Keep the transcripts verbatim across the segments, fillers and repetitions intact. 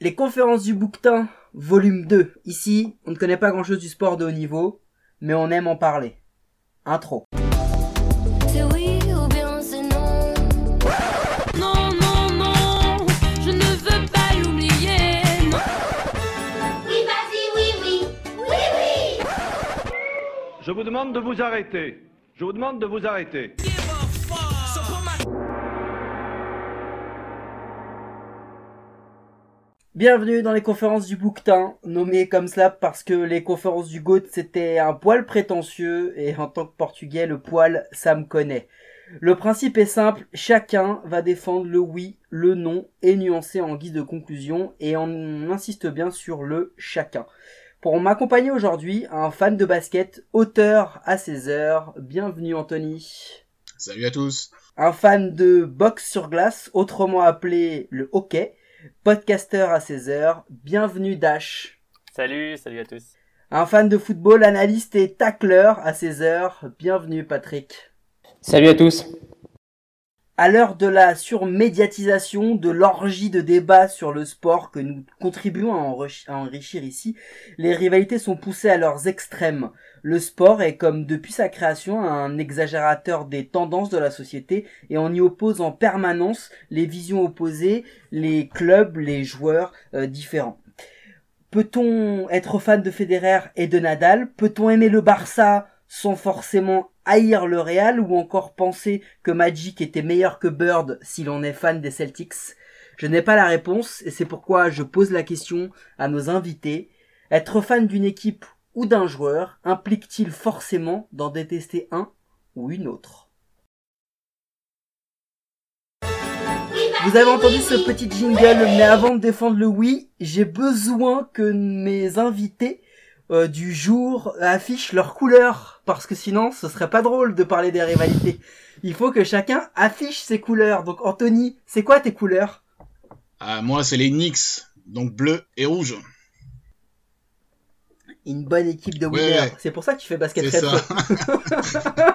Les conférences du bouquetin, volume deux. Ici, on ne connaît pas grand chose du sport de haut niveau, mais on aime en parler. Intro. C'est oui ou bien c'est non. Non, non, non, je ne veux pas l'oublier. Non. Oui, vas-y, oui, oui, oui, oui. Je vous demande de vous arrêter. Je vous demande de vous arrêter. Bienvenue dans les conférences du bouquetin, nommées comme cela parce que les conférences du GOAT c'était un poil prétentieux et en tant que portugais le poil ça me connaît. Le principe est simple, chacun va défendre le oui, le non et nuancer en guise de conclusion et on insiste bien sur le chacun. Pour m'accompagner aujourd'hui, un fan de basket, auteur à seize heures, bienvenue Anthony. Salut à tous. Un fan de boxe sur glace, autrement appelé le hockey, podcasteur à seize heures, bienvenue Dash. Salut, salut à tous. Un fan de football, analyste et tacleur à seize heures, bienvenue Patrick. Salut à tous. À l'heure de la surmédiatisation, de l'orgie de débats sur le sport que nous contribuons à, enri- à enrichir ici, les rivalités sont poussées à leurs extrêmes. Le sport est, comme depuis sa création, un exagérateur des tendances de la société et on y oppose en permanence les visions opposées, les clubs, les joueurs euh, différents. Peut-on être fan de Federer et de Nadal ? Peut-on aimer le Barça sans forcément haïr le Real ou encore penser que Magic était meilleur que Bird si l'on est fan des Celtics ? Je n'ai pas la réponse et c'est pourquoi je pose la question à nos invités. Être fan d'une équipe ou d'un joueur implique-t-il forcément d'en détester un ou une autre ? Vous avez entendu ce petit jingle, mais avant de défendre le oui, j'ai besoin que mes invités euh, du jour affichent leurs couleurs, parce que sinon ce serait pas drôle de parler des rivalités. Il faut que chacun affiche ses couleurs. Donc Anthony, c'est quoi tes couleurs ? Ah, moi, c'est les Knicks, donc bleu et rouge. Une bonne équipe de Ouais, winners. ouais. C'est pour ça que tu fais basket C'est rétro. ça.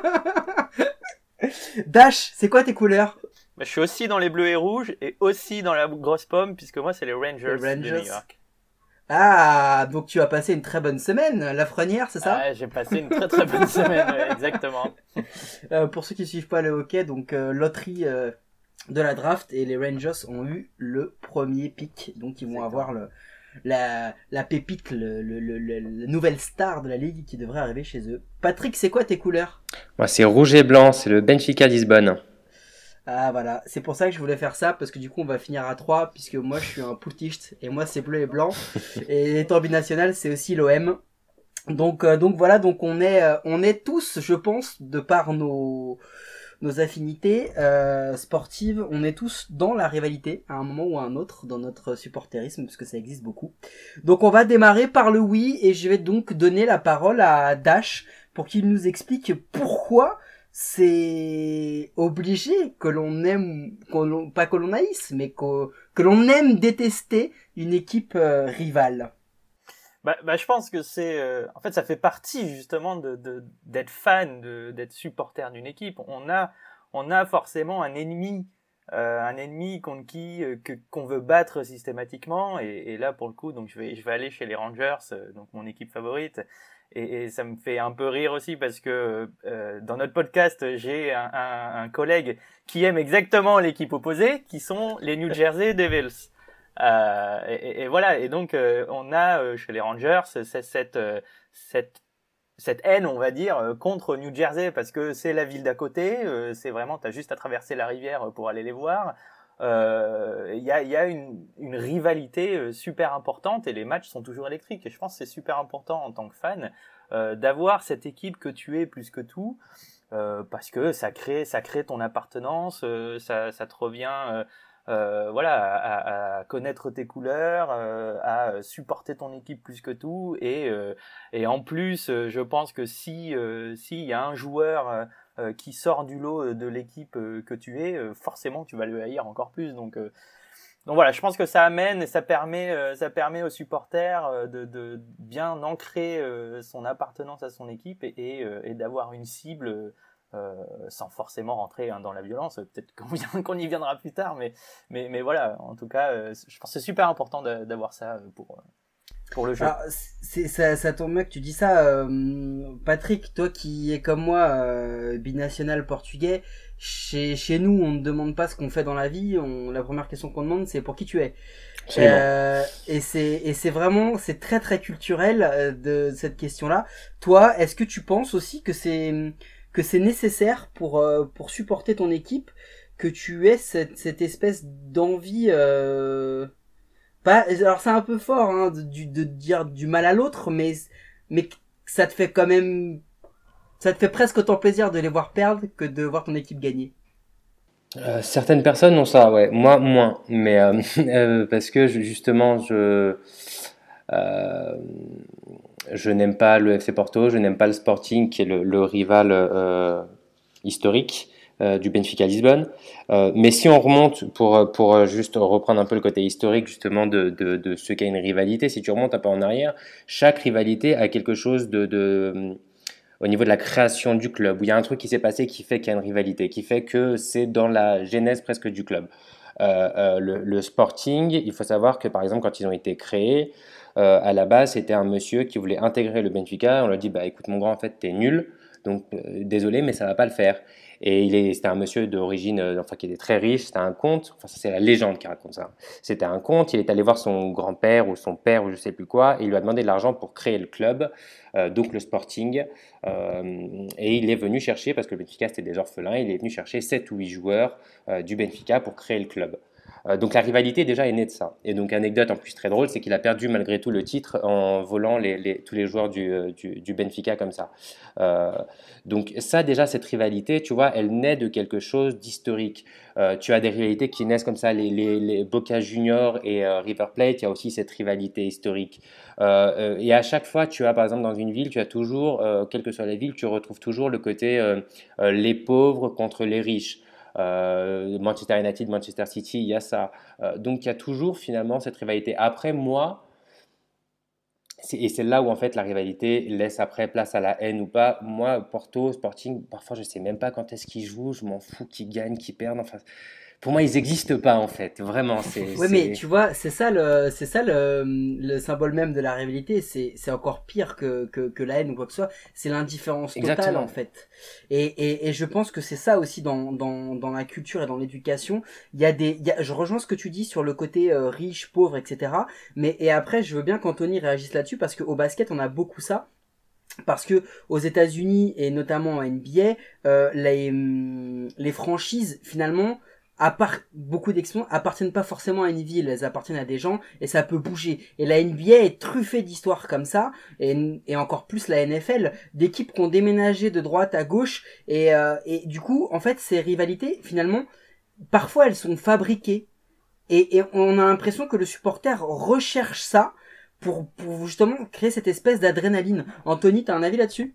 Dash, c'est quoi tes couleurs ? Bah, je suis aussi dans les bleus et rouges et aussi dans la grosse pomme puisque moi c'est les Rangers, Les Rangers. de New York. Ah, donc tu as passé une très bonne semaine, Lafrenière, c'est ça ? Ah, j'ai passé une très très bonne semaine, ouais, exactement. Euh, pour ceux qui suivent pas le hockey, donc euh, loterie euh, de la draft et les Rangers ont eu le premier pick, donc ils vont Exactement. avoir le la la pépite, le, le, le, le- la nouvelle star de la ligue qui devrait arriver chez eux. Patrick, c'est quoi tes couleurs ? Moi, c'est rouge et blanc, c'est le Benfica Lisbonne. Ah voilà, c'est pour ça que je voulais faire ça parce que du coup on va finir à trois puisque moi je suis un poulticht et moi c'est bleu et blanc et étant binational c'est aussi l'O M. Donc euh, donc voilà, donc on est euh, on est tous, je pense, de par nos nos affinités euh, sportives, on est tous dans la rivalité à un moment ou à un autre dans notre supporterisme parce que ça existe beaucoup. Donc on va démarrer par le oui et je vais donc donner la parole à Dash pour qu'il nous explique pourquoi c'est obligé que l'on aime, que l'on, pas que l'on haïsse, mais que, que l'on aime détester une équipe euh, rivale. Bah, bah, je pense que c'est, euh, en fait, ça fait partie justement de, de d'être fan, de d'être supporter d'une équipe. On a, on a forcément un ennemi, euh, un ennemi contre qui euh, que qu'on veut battre systématiquement. Et, et là, pour le coup, donc je vais, je vais aller chez les Rangers, euh, donc mon équipe favorite. Et, et ça me fait un peu rire aussi parce que euh, dans notre podcast, j'ai un, un, un collègue qui aime exactement l'équipe opposée, qui sont les New Jersey Devils. Euh, et, et voilà. Et donc euh, on a euh, chez les Rangers cette cette, euh, cette cette haine, on va dire, euh, contre New Jersey parce que c'est la ville d'à côté. Euh, c'est vraiment, t'as juste à traverser la rivière pour aller les voir. Il euh, y a, y a une, une rivalité euh, super importante et les matchs sont toujours électriques. Et je pense que c'est super important en tant que fan euh, d'avoir cette équipe que tu es plus que tout, euh, parce que ça crée, ça crée ton appartenance, euh, ça, ça te revient, euh, euh, voilà, à, à connaître tes couleurs, euh, à supporter ton équipe plus que tout. Et, euh, et en plus, euh, je pense que si, euh, s'il y a un joueur euh, Euh, qui sort du lot de l'équipe euh, que tu es, euh, forcément tu vas le haïr encore plus. Donc, euh, donc voilà, je pense que ça amène et ça permet, euh, ça permet aux supporters euh, de, de bien ancrer euh, son appartenance à son équipe et, et, euh, et d'avoir une cible euh, sans forcément rentrer hein, dans la violence. Peut-être qu'on, vient, qu'on y viendra plus tard, mais, mais, mais voilà, en tout cas, euh, je pense que c'est super important de, d'avoir ça pour, pour le jeu. Alors, c'est, ça, ça tombe bien que tu dis ça, euh, Patrick, toi qui es comme moi euh, binational portugais, chez, chez nous on ne demande pas ce qu'on fait dans la vie, on, la première question qu'on demande c'est pour qui tu es. Euh, et c'est et c'est vraiment c'est très très culturel euh, de cette question-là. Toi, est-ce que tu penses aussi que c'est que c'est nécessaire pour euh, pour supporter ton équipe que tu aies cette cette espèce d'envie euh, pas alors c'est un peu fort hein, de, de, de dire du mal à l'autre, mais mais ça te fait quand même ça te fait presque autant plaisir de les voir perdre que de voir ton équipe gagner. Euh, certaines personnes ont ça, ouais. Moi, moins. Mais euh, euh, parce que je- justement, je euh, je n'aime pas le F C Porto, je n'aime pas le Sporting, qui est le, le rival euh, historique euh, du Benfica Lisbonne. Euh, mais si on remonte pour pour juste reprendre un peu le côté historique justement de de, de ce qu'est une rivalité, si tu remontes un peu en arrière, chaque rivalité a quelque chose de de au niveau de la création du club, où il y a un truc qui s'est passé qui fait qu'il y a une rivalité, qui fait que c'est dans la genèse presque du club. Euh, euh, le, le Sporting, il faut savoir que par exemple quand ils ont été créés, euh, à la base c'était un monsieur qui voulait intégrer le Benfica, on lui a dit bah écoute mon grand en fait t'es nul, donc euh, désolé mais ça va pas le faire. Et il est, c'était un monsieur d'origine, euh, enfin qui était très riche, c'était un comte, enfin ça c'est la légende qui raconte ça. C'était un comte, il est allé voir son grand-père ou son père ou je sais plus quoi, et il lui a demandé de l'argent pour créer le club, euh, donc le Sporting. Euh, et il est venu chercher, parce que le Benfica c'était des orphelins, il est venu chercher sept ou huit joueurs euh, du Benfica pour créer le club. Euh, donc la rivalité déjà est née de ça. Et donc anecdote en plus très drôle, c'est qu'il a perdu malgré tout le titre en volant les, les, tous les joueurs du, euh, du, du Benfica comme ça. Euh, donc ça déjà, cette rivalité, tu vois, elle naît de quelque chose d'historique. Euh, tu as des rivalités qui naissent comme ça, les, les, les Boca Juniors et euh, River Plate, il y a aussi cette rivalité historique. Euh, euh, et à chaque fois, tu as par exemple dans une ville, tu as toujours, euh, quelle que soit la ville, tu retrouves toujours le côté euh, euh, les pauvres contre les riches. Euh, Manchester United, Manchester City, il y a ça. Euh, donc il y a toujours finalement cette rivalité. Après, moi, c'est- et c'est là où en fait la rivalité laisse après place à la haine ou pas. Moi, Porto, Sporting, parfois je sais même pas quand est-ce qu'ils jouent, je m'en fous qu'ils gagnent, qu'ils perdent. Enfin, pour moi, ils n'existent pas en fait. Vraiment, c'est. Ouais, mais c'est- tu vois, c'est ça le, c'est ça le, le symbole même de la rivalité. C'est, c'est encore pire que, que, que la haine ou quoi que ce soit. C'est l'indifférence totale Exactement. en fait. Et, et, et je pense que c'est ça aussi dans, dans, dans la culture et dans l'éducation. Il y a des, il y a, je rejoins ce que tu dis sur le côté euh, riche, pauvre, et cetera. Mais et après, je veux bien qu'Anthony réagisse là-dessus parce qu'au basket, on a beaucoup ça. Parce que aux États-Unis et notamment en N B A, euh, les, hum, les franchises finalement, à part beaucoup d'exceptions, appartiennent pas forcément à une ville, elles appartiennent à des gens et ça peut bouger. Et la N B A est truffée d'histoires comme ça et, et encore plus la N F L, d'équipes qui ont déménagé de droite à gauche et, euh, et du coup en fait ces rivalités finalement parfois elles sont fabriquées et, et on a l'impression que le supporter recherche ça pour, pour justement créer cette espèce d'adrénaline. Anthony, t'as un avis là-dessus?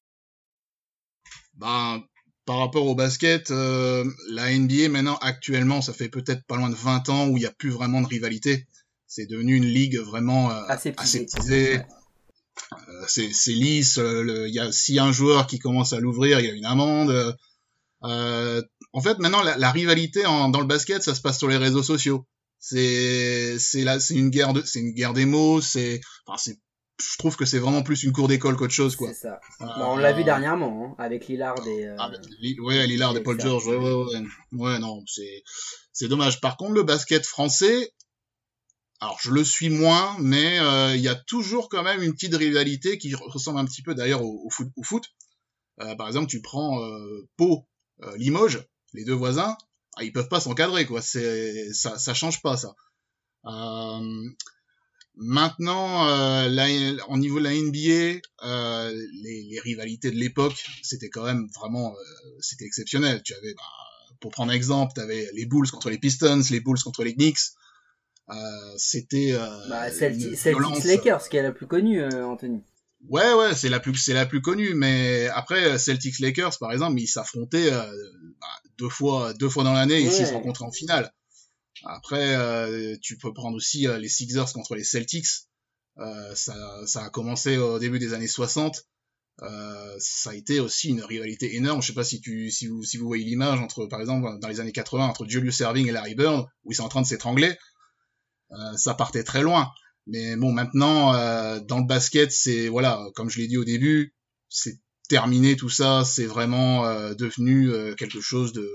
Ben, par rapport au basket, euh, la N B A maintenant, actuellement, ça fait peut-être pas loin de vingt ans où il n'y a plus vraiment de rivalité. C'est devenu une ligue vraiment euh, Aseptisée. aseptisée. Euh, c'est, c'est lisse. euh, le- Il y a, s'il y a un joueur qui commence à l'ouvrir, il y a une amende. Euh, en fait, maintenant, la, la rivalité en, dans le basket, ça se passe sur les réseaux sociaux. C'est, c'est là, c'est une guerre de, c'est une guerre des mots. C'est, enfin, c'est, je trouve que c'est vraiment plus une cour d'école qu'autre chose, quoi. C'est ça. Euh, Bah, on l'a vu dernièrement, hein, avec Lillard et... Euh... Ah, bah, Li- ouais, Lillard et et Paul ça. George, ouais, ouais, ouais. Ouais, non, c'est, c'est dommage. Par contre, le basket français, alors je le suis moins, mais euh, il y a toujours quand même une petite rivalité qui ressemble un petit peu d'ailleurs au, au foot. Au foot. Euh, par exemple, tu prends euh, Pau, euh, Limoges, les deux voisins, ah, ils peuvent pas s'encadrer, quoi. C'est, ça, ça change pas, ça. Euh, Maintenant, euh, la, au niveau de la N B A, euh, les, les rivalités de l'époque, c'était quand même vraiment, euh, c'était exceptionnel. Tu avais, bah, pour prendre un exemple, tu avais les Bulls contre les Pistons, les Bulls contre les Knicks. Euh, c'était euh, Bah, Celti- une Celtics violence. Lakers, qui est la plus connue, euh, Anthony. Ouais, ouais, c'est la plus, c'est la plus connue. Mais après, Celtics Lakers, par exemple, ils s'affrontaient euh, bah, deux fois, deux fois dans l'année, et ici ils se Ouais. rencontraient en finale. Après, euh, tu peux prendre aussi euh, les Sixers contre les Celtics. Euh, ça, ça a commencé au début des années soixante. Euh, ça a été aussi une rivalité énorme. Je sais pas si tu, si vous, si vous voyez l'image entre, par exemple, dans les années quatre-vingts, entre Julius Erving et Larry Bird, où ils sont en train de s'étrangler. Euh, ça partait très loin. Mais bon, maintenant, euh, dans le basket, c'est, voilà, comme je l'ai dit au début, c'est terminé tout ça. C'est vraiment euh, devenu euh, quelque chose de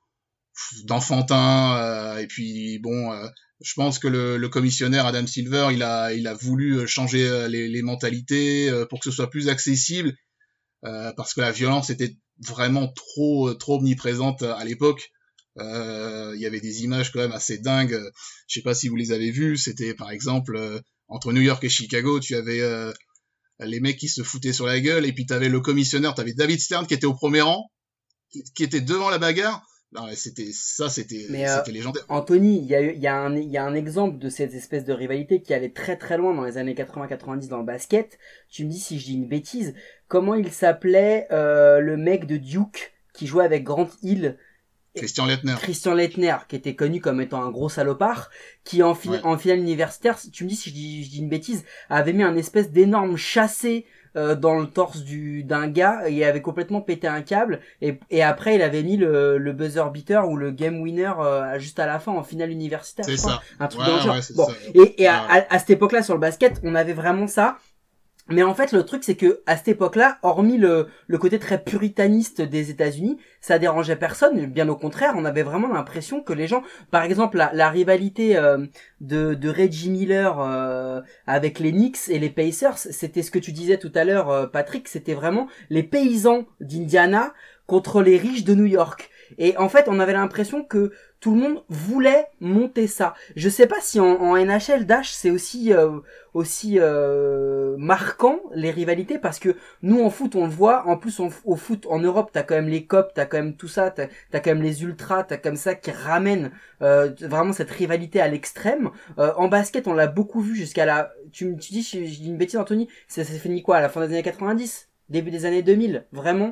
d'enfantin. Euh, et puis, bon, euh, je pense que le, le commissionnaire Adam Silver, il a, il a voulu changer les, les mentalités euh, pour que ce soit plus accessible, euh, parce que la violence était vraiment trop, trop omniprésente à l'époque. Euh, il y avait des images quand même assez dingues. Je sais pas si vous les avez vues. C'était par exemple euh, entre New York et Chicago, tu avais euh, les mecs qui se foutaient sur la gueule, et puis t'avais le commissionnaire, t'avais David Stern qui était au premier rang, qui était devant la bagarre. Non, c'était ça, c'était Mais euh, c'était légendaire. Anthony, il y a il y a un il y a un exemple de cette espèce de rivalité qui allait très très loin dans les années quatre-vingts quatre-vingt-dix dans le basket. Tu me dis si je dis une bêtise. Comment il s'appelait euh, le mec de Duke qui jouait avec Grant Hill? Christian Laettner. Christian Laettner, qui était connu comme étant un gros salopard, qui en, fi- Ouais. en finale universitaire, tu me dis si je dis, je dis une bêtise, avait mis un espèce d'énorme chassé euh, dans le torse du d'un gars et avait complètement pété un câble, et, et après il avait mis le, le buzzer beater ou le game winner euh, juste à la fin en finale universitaire. C'est je crois. ça. Un truc Ouais, dans le genre. ouais, c'est Bon, ça. et, et à, Ouais. à, à cette époque-là sur le basket, on avait vraiment ça. Mais en fait, le truc, c'est que à cette époque-là, hormis le, le côté très puritaniste des États-Unis, ça dérangeait personne. Bien au contraire, on avait vraiment l'impression que les gens, par exemple, la, la rivalité euh, de, de Reggie Miller euh, avec les Knicks et les Pacers, c'était ce que tu disais tout à l'heure, euh, Patrick. C'était vraiment les paysans d'Indiana contre les riches de New York. Et en fait, on avait l'impression que tout le monde voulait monter ça. Je sais pas si en, en N H L, Dash, c'est aussi euh, aussi euh, marquant les rivalités, parce que nous en foot on le voit. En plus, on, au foot en Europe, t'as quand même les Cops, t'as quand même tout ça, t'as, t'as quand même les Ultras, t'as comme ça qui ramènent euh, vraiment cette rivalité à l'extrême. Euh, en basket, on l'a beaucoup vu jusqu'à la. Tu me tu dis, je, je dis une bêtise, Anthony. Ça s'est fini quoi à la fin des années quatre-vingt-dix, début des années deux mille, vraiment.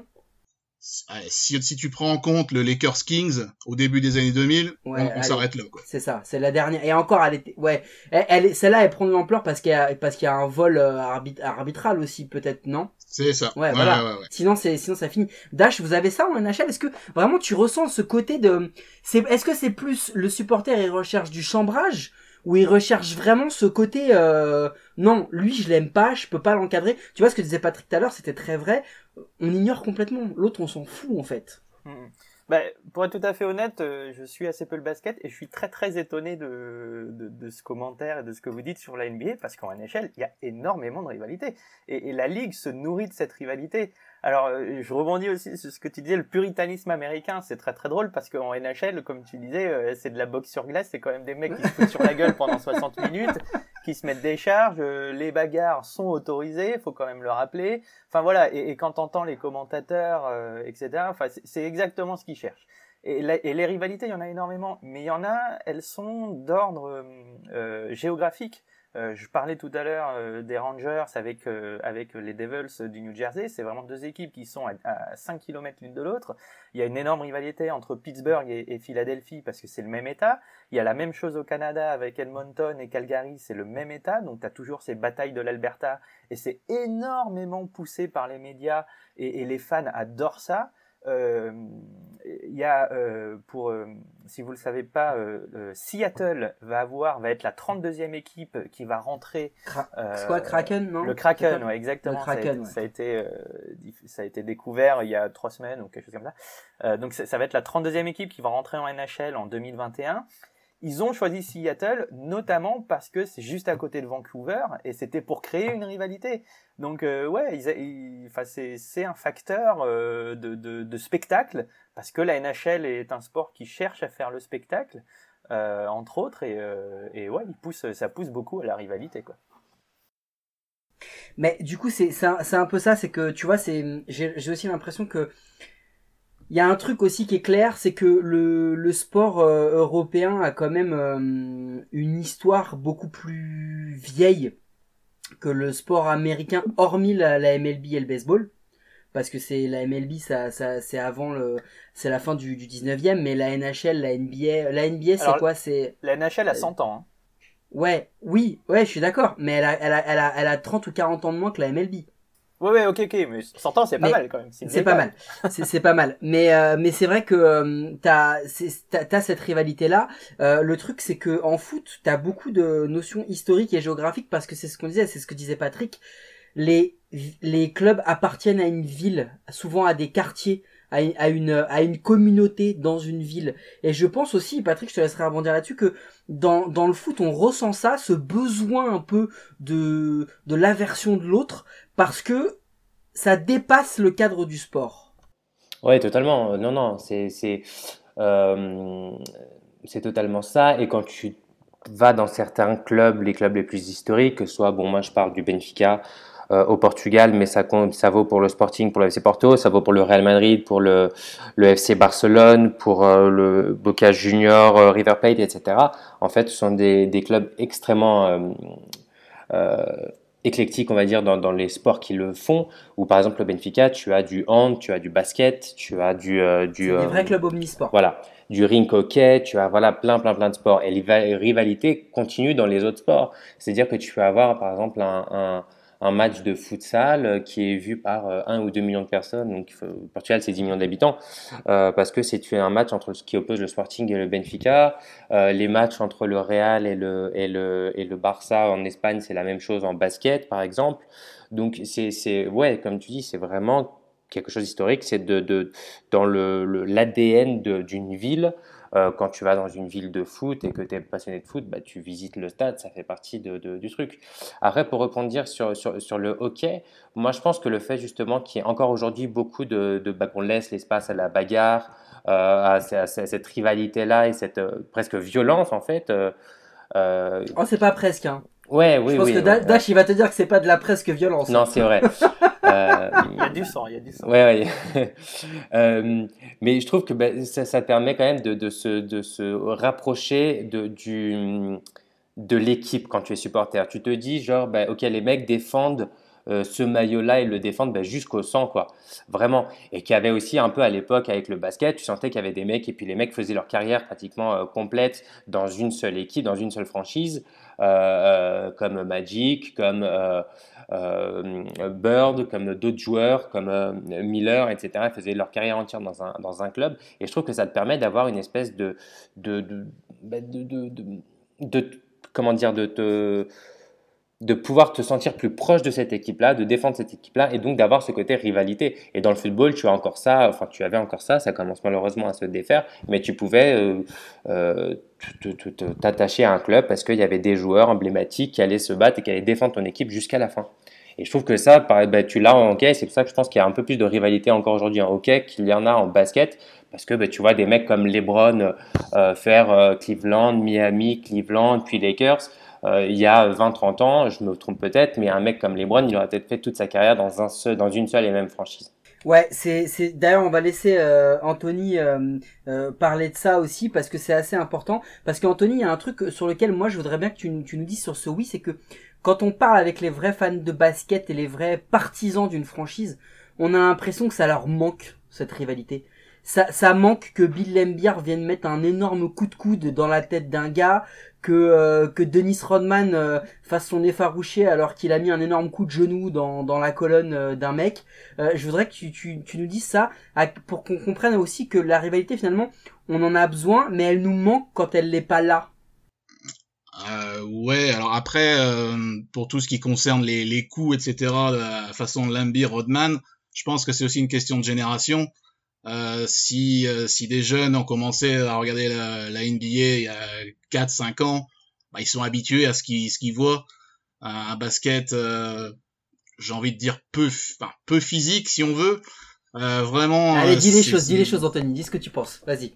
Si, si tu prends en compte le Lakers Kings au début des années deux mille, Ouais, on, on allez. s'arrête là, quoi. C'est ça, c'est la dernière. Et encore, elle était, ouais, elle, elle celle-là, elle prend de l'ampleur parce qu'il y a, parce qu'il y a un vol euh, arbit- arbitral aussi, peut-être, non? C'est ça. Ouais, Ouais, voilà. ouais, ouais, ouais. Sinon, c'est, sinon ça finit. Dash, vous avez ça en N H L? Est-ce que vraiment tu ressens ce côté de, c'est, est-ce que c'est plus le supporter il recherche du chambrage, ou il recherche vraiment ce côté, euh, non, lui je l'aime pas, je peux pas l'encadrer. Tu vois ce que disait Patrick tout à l'heure, c'était très vrai. On ignore complètement. L'autre, on s'en fout en fait. Mhm. Bah, pour être tout à fait honnête, euh, je suis assez peu le basket et je suis très très étonné de, de, de ce commentaire et de ce que vous dites sur la N B A, parce qu'en N H L, il y a énormément de rivalités. Et, et la Ligue se nourrit de cette rivalité. Alors, euh, je rebondis aussi sur ce que tu disais, le puritanisme américain, c'est très très drôle, parce qu'en N H L, comme tu disais, euh, c'est de la boxe sur glace, c'est quand même des mecs qui se foutent sur la gueule pendant soixante minutes, qui se mettent des charges, euh, les bagarres sont autorisées, faut quand même le rappeler. Enfin voilà, et, et quand t'entends les commentateurs, euh, et cetera, enfin c'est, c'est exactement ce qu'ils cherchent. Et, la, et les rivalités, il y en a énormément, mais il y en a, elles sont d'ordre euh, euh, géographique. Euh, je parlais tout à l'heure euh, des Rangers avec euh, avec les Devils du New Jersey. C'est vraiment deux équipes qui sont à, à cinq kilomètres l'une de l'autre. Il y a une énorme rivalité entre Pittsburgh et, et Philadelphie parce que c'est le même État. Il y a la même chose au Canada avec Edmonton et Calgary, c'est le même État. Donc tu as toujours ces batailles de l'Alberta et c'est énormément poussé par les médias et, et les fans adorent ça. Euh, il y a euh, pour euh, si vous le savez pas, euh, euh, Seattle va avoir va être la trente-deuxième équipe qui va rentrer. Cra- euh, c'est quoi, Kraken, non? Le Kraken, ouais, exactement. Le Kraken, ça, a, ouais. ça a été euh, diff- ça a été découvert il y a trois semaines ou quelque chose comme ça. Euh, donc ça, ça va être la trente-deuxième équipe qui va rentrer en N H L en deux mille vingt et un. Ils ont choisi Seattle notamment parce que c'est juste à côté de Vancouver et c'était pour créer une rivalité. Donc euh, ouais, ils, ils, enfin c'est c'est un facteur euh, de, de de spectacle parce que la N H L est un sport qui cherche à faire le spectacle euh, entre autres et euh, et ouais, il pousse ça pousse beaucoup à la rivalité quoi. Mais du coup, c'est c'est un, c'est un peu ça, c'est que tu vois, c'est j'ai j'ai aussi l'impression que il y a un truc aussi qui est clair, c'est que le le sport euh, européen a quand même euh, une histoire beaucoup plus vieille que le sport américain, hormis la, la M L B et le baseball, parce que c'est la M L B, ça ça c'est avant le c'est la fin du du dix-neuvième, mais la N H L, la N B A, la N B A c'est Alors, quoi? C'est La N H L a cent ans. Hein. ouais, oui, ouais, je suis d'accord, mais elle a elle a elle a elle a trente ou quarante ans de moins que la M L B. Ouais, ouais, ok, ok, mais cent ans, c'est pas Mais mal quand même. une C'est vieille pas balle. mal, c'est c'est pas mal. Mais euh, mais c'est vrai que euh, t'as c'est- t'as t'as cette rivalité là. Le truc c'est que en foot t'as beaucoup de notions historiques et géographiques parce que c'est ce qu'on disait, c'est ce que disait Patrick. Les les clubs appartiennent à une ville, souvent à des quartiers, à une à une, à une communauté dans une ville. Et je pense aussi, Patrick, je te laisserai rebondir là-dessus, que dans dans le foot on ressent ça, ce besoin un peu de de l'aversion de l'autre parce que ça dépasse le cadre du sport. Ouais, totalement. Non, non, c'est c'est euh, c'est totalement ça. Et quand tu vas dans certains clubs, les clubs les plus historiques, que ce soit, bon, moi je parle du Benfica euh, au Portugal, mais ça compte, ça vaut pour le Sporting, pour le F C Porto, ça vaut pour le Real Madrid, pour le le F C Barcelone, pour euh, le Boca Juniors, euh, River Plate, et cetera. En fait, ce sont des des clubs extrêmement euh, euh, éclectique, on va dire, dans, dans les sports qui le font, où par exemple le Benfica, tu as du hand, tu as du basket, tu as du, euh, du C'est des euh, vrais clubs omnisports. voilà, du rink hockey, tu as voilà, plein, plein, plein de sports. Et les va- rivalités continuent dans les autres sports. C'est-à-dire que tu peux avoir, par exemple, un, un, un match de futsal euh, qui est vu par euh, un ou deux millions de personnes. Donc, il faut- le Portugal, c'est dix millions d'habitants, euh, parce que c'est tu as un match entre ce qui oppose le Sporting et le Benfica. Euh, les matchs entre le Real et le, et le, et le Barça en Espagne, c'est la même chose en basket, par exemple. Donc, c'est, c'est, ouais, comme tu dis, c'est vraiment quelque chose d'historique. C'est de, de, dans le, le- l'A D N de- d'une ville. Euh, quand tu vas dans une ville de foot et que tu es passionné de foot, bah, tu visites le stade, ça fait partie de, de- du truc. Après, pour rebondir sur, sur, sur le hockey, moi je pense que le fait justement qu'il y ait encore aujourd'hui beaucoup de, de bah, qu'on laisse l'espace à la bagarre, euh, à, à- à cette rivalité-là et cette euh, presque violence en fait. euh, euh, Oh, c'est pas presque, hein. ouais, Je oui, pense que oui, Da- ouais, ouais. Dash, il va te dire que c'est pas de la presque violence, Non, hein. c'est vrai. Euh, Il y a du sang, il y a du sang. Ouais, ouais. Euh, mais je trouve que ben, ça, ça permet quand même de, de se, de se rapprocher de, du, de l'équipe quand tu es supporter. Tu te dis, genre, ben, ok, les mecs défendent euh, ce maillot-là et le défendent ben, jusqu'au sang, quoi. Vraiment. Et qu'il y avait aussi un peu à l'époque avec le basket, tu sentais qu'il y avait des mecs et puis les mecs faisaient leur carrière pratiquement euh, complète dans une seule équipe, dans une seule franchise, euh, euh, comme Magic, comme. Euh, euh, Bird, comme d'autres joueurs, comme euh, Miller, et cetera. Ils faisaient leur carrière entière dans un, dans un club. Et je trouve que ça te permet d'avoir une espèce de, de, de, bah, de, de, de, de- comment dire, de te de pouvoir te sentir plus proche de cette équipe-là, de défendre cette équipe-là, et donc d'avoir ce côté rivalité. Et dans le football, tu as encore ça, enfin tu avais encore ça, ça commence malheureusement à se défaire, mais tu pouvais euh, euh, te- te- te- t'attacher à un club parce qu'il y avait des joueurs emblématiques qui allaient se battre et qui allaient défendre ton équipe jusqu'à la fin. Et je trouve que ça, pareil, bah, tu l'as en hockey, c'est pour ça que je pense qu'il y a un peu plus de rivalité encore aujourd'hui en hockey qu'il y en a en basket, parce que bah, tu vois des mecs comme LeBron euh, faire euh, Cleveland, Miami, Cleveland, puis Lakers. Euh, il y a vingt trente ans, je me trompe peut-être, mais un mec comme LeBron, il aurait peut-être fait toute sa carrière dans, un seul, dans une seule et même franchise. Ouais, c'est c'est d'ailleurs on va laisser euh, Anthony euh, euh, parler de ça aussi parce que c'est assez important parce qu'Anthony, il y a un truc sur lequel moi je voudrais bien que tu, tu nous dises sur ce oui, c'est que quand on parle avec les vrais fans de basket et les vrais partisans d'une franchise, on a l'impression que ça leur manque cette rivalité. Ça, ça manque que Bill Laimbeer vienne mettre un énorme coup de coude dans la tête d'un gars, que euh, que Dennis Rodman euh, fasse son effarouché alors qu'il a mis un énorme coup de genou dans dans la colonne euh, d'un mec. Euh, je voudrais que tu tu tu nous dises ça à- pour qu'on comprenne aussi que la rivalité finalement on en a besoin, mais elle nous manque quand elle n'est pas là. Euh, ouais, alors après, euh, pour tout ce qui concerne les, les coups, et cetera, de la façon Lamby, Rodman, je pense que c'est aussi une question de génération. Euh, si, euh, si des jeunes ont commencé à regarder la, la N B A il y a quatre cinq ans, bah, ils sont habitués à ce qu'ils, ce qu'ils voient. Un, un basket, euh, j'ai envie de dire peu, enfin, peu physique si on veut. Euh, vraiment. Allez, euh, dis les c'est- choses, dis les c'est- choses Anthony, dis ce que tu penses. Vas-y.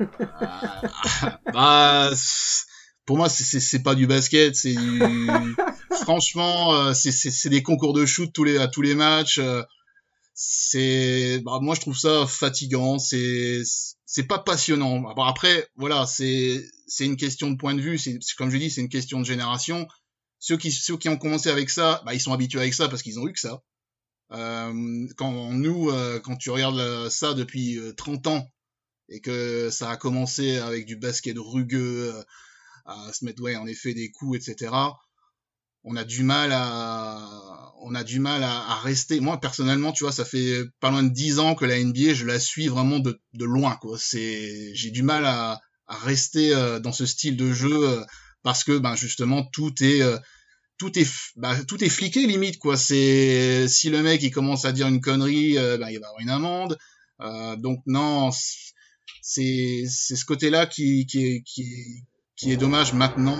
Bah, pour moi, c'est- c'est c'est pas du basket, c'est du... Franchement, euh, c'est c'est c'est des concours de shoot tous les à tous les matchs. euh, C'est, bah, moi je trouve ça fatigant. C'est c'est pas passionnant. Bon, après, voilà, c'est c'est une question de point de vue. C'est c'est- comme je dis, c'est une question de génération. Ceux qui ceux qui ont commencé avec ça, bah ils sont habitués avec ça parce qu'ils ont eu que ça. Euh, quand nous, euh, quand tu regardes euh, ça depuis euh, trente ans et que ça a commencé avec du basket rugueux, euh, à se mettre ouais en effet des coups, et cetera. On a du mal à on a du mal à, à rester. Moi, personnellement, tu vois, ça fait pas loin de dix ans que la N B A, je la suis vraiment de, de loin, quoi. C'est, j'ai du mal à, à rester euh, dans ce style de jeu euh, parce que, ben, justement, tout est, euh, tout est, bah, tout est fliqué limite, quoi. C'est, si le mec il commence à dire une connerie, euh, ben, il va avoir une amende. Euh, donc non, c'est, c'est ce côté-là qui, qui est, qui est, qui est dommage maintenant.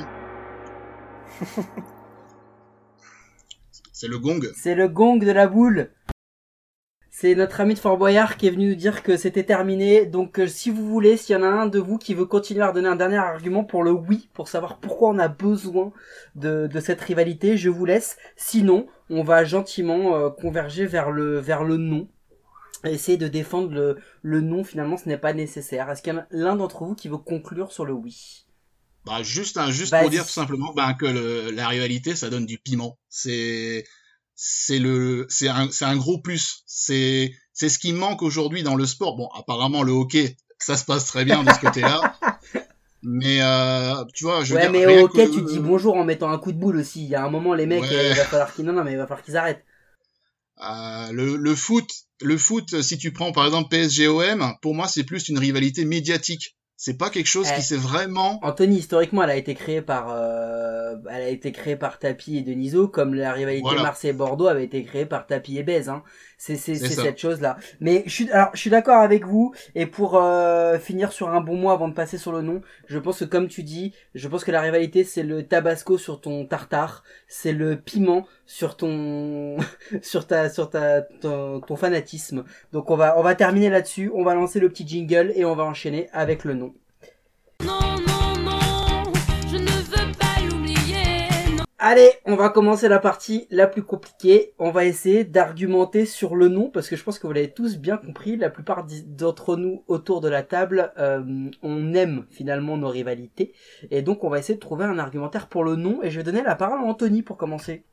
C'est le gong. C'est le gong de la boule. C'est notre ami de Fort Boyard qui est venu nous dire que c'était terminé. Donc euh, si vous voulez, s'il y en a un de vous qui veut continuer à redonner un dernier argument pour le oui, pour savoir pourquoi on a besoin de, de cette rivalité, je vous laisse. Sinon, on va gentiment euh, converger vers le, vers le non. Essayer de défendre le, le non, finalement, ce n'est pas nécessaire. Est-ce qu'il y en a l'un d'entre vous qui veut conclure sur le oui? Bah juste, hein, juste Vas-y. pour dire tout simplement ben, que le, la rivalité, ça donne du piment. C'est, c'est le, c'est un, c'est un gros plus. C'est, c'est ce qui manque aujourd'hui dans le sport. Bon, apparemment le hockey, ça se passe très bien de ce côté-là. Mais euh, tu vois, je veux ouais, dire, mais rien au hockey, que- tu te dis bonjour en mettant un coup de boule aussi. Il y a un moment, les mecs, Ouais. euh, il va falloir qu'ils, non, non, mais il va falloir qu'ils arrêtent. Euh, le, le foot, le foot, si tu prends par exemple P S G O M, pour moi c'est plus une rivalité médiatique. C'est pas quelque chose Eh. qui s'est vraiment. Anthony, historiquement, elle a été créée par, euh, elle a été créée par Tapi et Denisot, comme la rivalité Voilà. Marseille-Bordeaux avait été créée par Tapi et Bèze, hein. C'est, c'est, C'est c'est ça. cette chose-là. Mais je suis, alors, je suis d'accord avec vous. Et pour euh, finir sur un bon mot avant de passer sur le nom, je pense que comme tu dis, je pense que la rivalité c'est le tabasco sur ton tartare, c'est le piment sur ton, sur ta, sur ta, ton, ton fanatisme. Donc on va, on va terminer là-dessus. On va lancer le petit jingle et on va enchaîner avec le nom. Non, non, non, je ne veux pas l'oublier. Non. Allez, on va commencer la partie la plus compliquée. On va essayer d'argumenter sur le nom, parce que je pense que vous l'avez tous bien compris. La plupart d'i- d'entre nous autour de la table, euh, on aime finalement nos rivalités. Et donc on va essayer de trouver un argumentaire pour le nom. Et je vais donner la parole à Anthony pour commencer.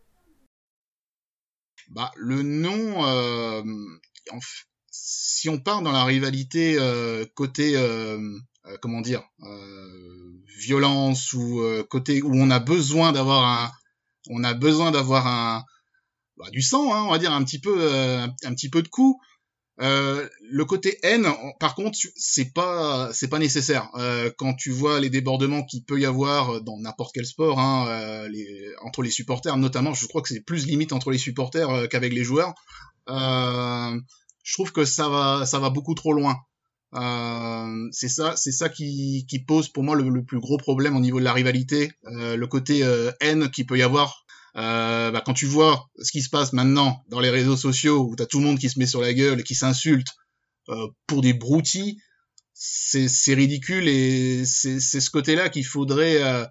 Bah, le nom, euh, en f- si on part dans la rivalité euh, côté, euh, euh, comment dire, euh, violence ou euh, côté où on a besoin d'avoir un, on a besoin d'avoir un, bah, du sang, hein, on va dire un petit peu, euh, un, un petit peu de coups. Euh, le côté haine, on- par contre, c'est pas, c'est pas nécessaire. Euh, quand tu vois les débordements qu'il peut y avoir dans n'importe quel sport, hein, euh, les, entre les supporters, notamment, je crois que c'est plus limite entre les supporters euh, qu'avec les joueurs. Euh, je trouve que ça va, ça va beaucoup trop loin. Euh, c'est ça, c'est ça qui, qui pose pour moi le, le plus gros problème au niveau de la rivalité, euh, le côté euh, haine qu'il peut y avoir. Euh, bah, quand tu vois ce qui se passe maintenant dans les réseaux sociaux où t'as tout le monde qui se met sur la gueule et qui s'insulte euh, pour des broutilles, c'est, c'est ridicule et c'est, c'est ce côté-là qu'il faudrait euh,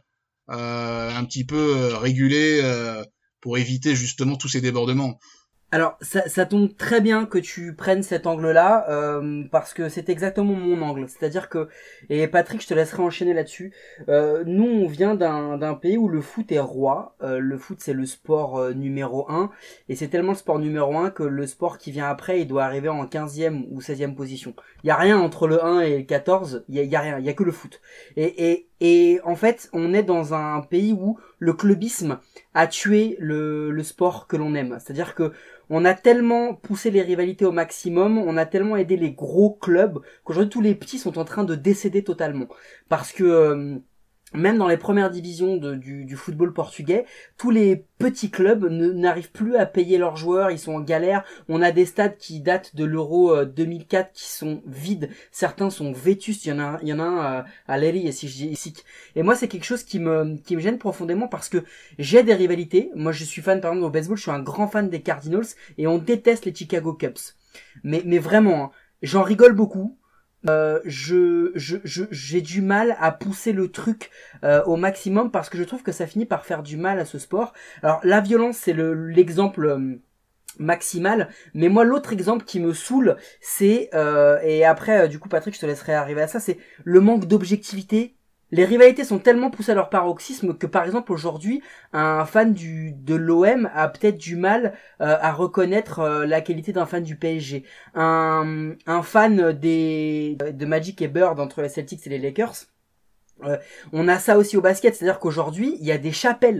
euh, un petit peu euh, réguler euh, pour éviter justement tous ces débordements. Alors, ça, ça tombe très bien que tu prennes cet angle-là, euh, parce que c'est exactement mon angle. C'est-à-dire que, et Patrick, je te laisserai enchaîner là-dessus. Euh, nous, on vient d'un, d'un pays où le foot est roi. Euh, le foot, c'est le sport euh, numéro un, et c'est tellement le sport numéro un que le sport qui vient après, il doit arriver en quinzième ou seizième position. Il y a rien entre le un et le quatorze. Il y a, il y a rien. Il y a que le foot. Et, et, et en fait, on est dans un pays où le clubisme a tué le, le sport que l'on aime. C'est-à-dire que on a tellement poussé les rivalités au maximum, on a tellement aidé les gros clubs qu'aujourd'hui tous les petits sont en train de décéder totalement. Parce que euh, même dans les premières divisions de, du, du football portugais, tous les petits clubs ne, n'arrivent plus à payer leurs joueurs, ils sont en galère. On a des stades qui datent de l'Euro euh, deux mille quatre qui sont vides, certains sont vétustes, il y en a, il y en a un euh, à Lely et si je dis ici. Et moi c'est quelque chose qui me, qui me gêne profondément parce que j'ai des rivalités. Moi je suis fan par exemple au baseball, je suis un grand fan des Cardinals et on déteste les Chicago Cubs. Mais, mais vraiment, hein, j'en rigole beaucoup. Euh, je, je, je, j'ai du mal à pousser le truc euh, au maximum parce que je trouve que ça finit par faire du mal à ce sport. Alors la violence c'est le, l'exemple euh, maximal, mais moi l'autre exemple qui me saoule c'est, euh, et après euh, du coup Patrick je te laisserai arriver à ça, c'est le manque d'objectivité. Les rivalités sont tellement poussées à leur paroxysme que par exemple aujourd'hui un fan du de l'O M a peut-être du mal euh, à reconnaître euh, la qualité d'un fan du P S G. Un, un fan des de Magic et Bird entre les Celtics et les Lakers. Euh, on a ça aussi au basket, c'est-à-dire qu'aujourd'hui il y a des chapelles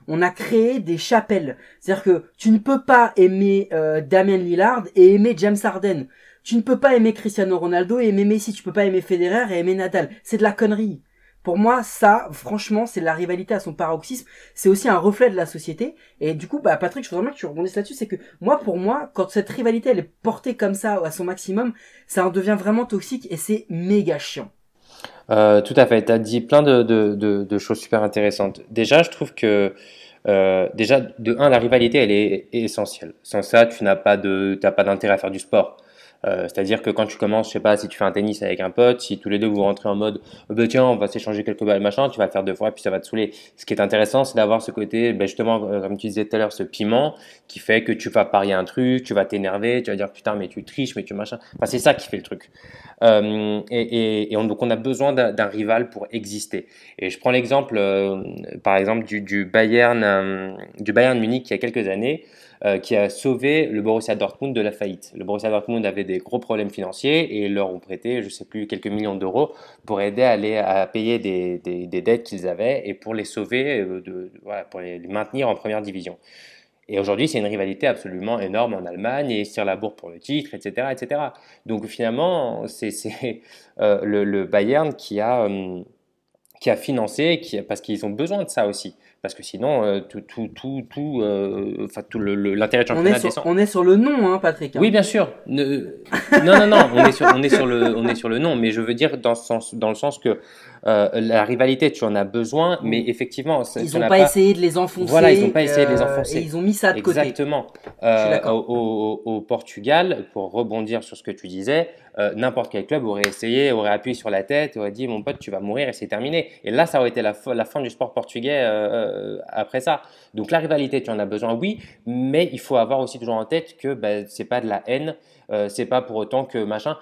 on a créé des chapelles. C'est-à-dire que tu ne peux pas aimer euh, Damian Lillard et aimer James Harden. Tu ne peux pas aimer Cristiano Ronaldo et aimer Messi. Tu peux pas aimer Federer et aimer Nadal. C'est de la connerie. Pour moi, ça, franchement, c'est de la rivalité à son paroxysme. C'est aussi un reflet de la société. Et du coup, bah, Patrick, je voudrais bien que tu rebondisses là-dessus. C'est que moi, pour moi, quand cette rivalité, elle est portée comme ça, à son maximum, ça en devient vraiment toxique et c'est méga chiant. Euh, tout à fait, tu as dit plein de, de, de, de choses super intéressantes. Déjà, je trouve que, euh, déjà, de un, la rivalité, elle est essentielle. Sans ça, tu n'as pas de, t'as pas d'intérêt à faire du sport. Euh, c'est-à-dire que quand tu commences, je sais pas, si tu fais un tennis avec un pote, si tous les deux vous rentrez en mode oh ben tiens, on va s'échanger quelques balles, machin, tu vas le faire deux fois, puis ça va te saouler. Ce qui est intéressant, c'est d'avoir ce côté, ben justement, euh, comme tu disais tout à l'heure, ce piment qui fait que tu vas parier un truc, tu vas t'énerver, tu vas dire putain, mais tu triches, mais tu machin. Enfin, c'est ça qui fait le truc. Euh, et et, et on, donc, on a besoin d'un, d'un rival pour exister. Et je prends l'exemple, euh, par exemple, du, du Bayern, euh, du Bayern Munich il y a quelques années. Euh, qui a sauvé le Borussia Dortmund de la faillite. Le Borussia Dortmund avait des gros problèmes financiers et leur ont prêté, je ne sais plus, quelques millions d'euros pour aider à, les, à payer des, des, des dettes qu'ils avaient et pour les sauver, de, de, voilà, pour les, les maintenir en première division. Et aujourd'hui, c'est une rivalité absolument énorme en Allemagne et ils se tirent la bourre pour le titre, et cetera, et cetera. Donc finalement, c'est, c'est euh, le, le Bayern qui a, euh, qui a financé, qui a, parce qu'ils ont besoin de ça aussi. Parce que sinon, euh, tout, tout, tout, tout, euh, enfin, tout le, le, l'intérêt du On championnat est sur, descend. on est sur le nom, hein, Patrick. Hein. Oui, bien sûr. Ne- Non, non, non. On est sur, on est sur le, on est sur le nom. Mais je veux dire dans, ce sens, dans le sens que euh, la rivalité, tu en as besoin, mais effectivement, ça, Ils ça n'ont n'a pas, essayé de les enfoncer. Voilà, ils n'ont pas essayé de les euh, enfoncer. Et ils ont mis ça de côté. Exactement. Je suis Euh, d'accord. au, au- au Portugal, pour rebondir sur ce que tu disais, euh, n'importe quel club aurait essayé, aurait appuyé sur la tête, aurait dit mon pote, tu vas mourir et c'est terminé. Et là, ça aurait été la, fo- la fin du sport portugais euh, euh, après ça. Donc la rivalité, tu en as besoin, oui, mais il faut avoir aussi toujours en tête que bah, c'est pas de la haine, euh, c'est pas pour autant que machin.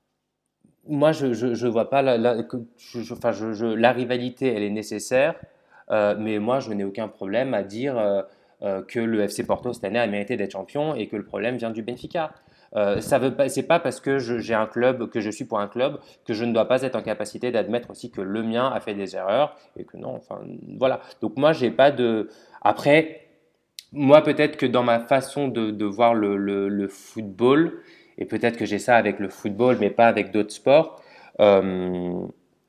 Moi, je je, je vois pas la, la, que- je- je- enfin, je, je- la rivalité, elle est nécessaire, euh, mais moi, je n'ai aucun problème à dire euh, euh, que le F C Porto cette année a mérité d'être champion et que le problème vient du Benfica. Euh, ça veut pas, c'est pas parce que je- j'ai un club, que je suis pour un club, que je ne dois pas être en capacité d'admettre aussi que le mien a fait des erreurs et que non. Enfin, voilà. Donc moi, j'ai pas de. Après, moi, peut-être que dans ma façon de, de voir le, le, le football, et peut-être que j'ai ça avec le football, mais pas avec d'autres sports, euh,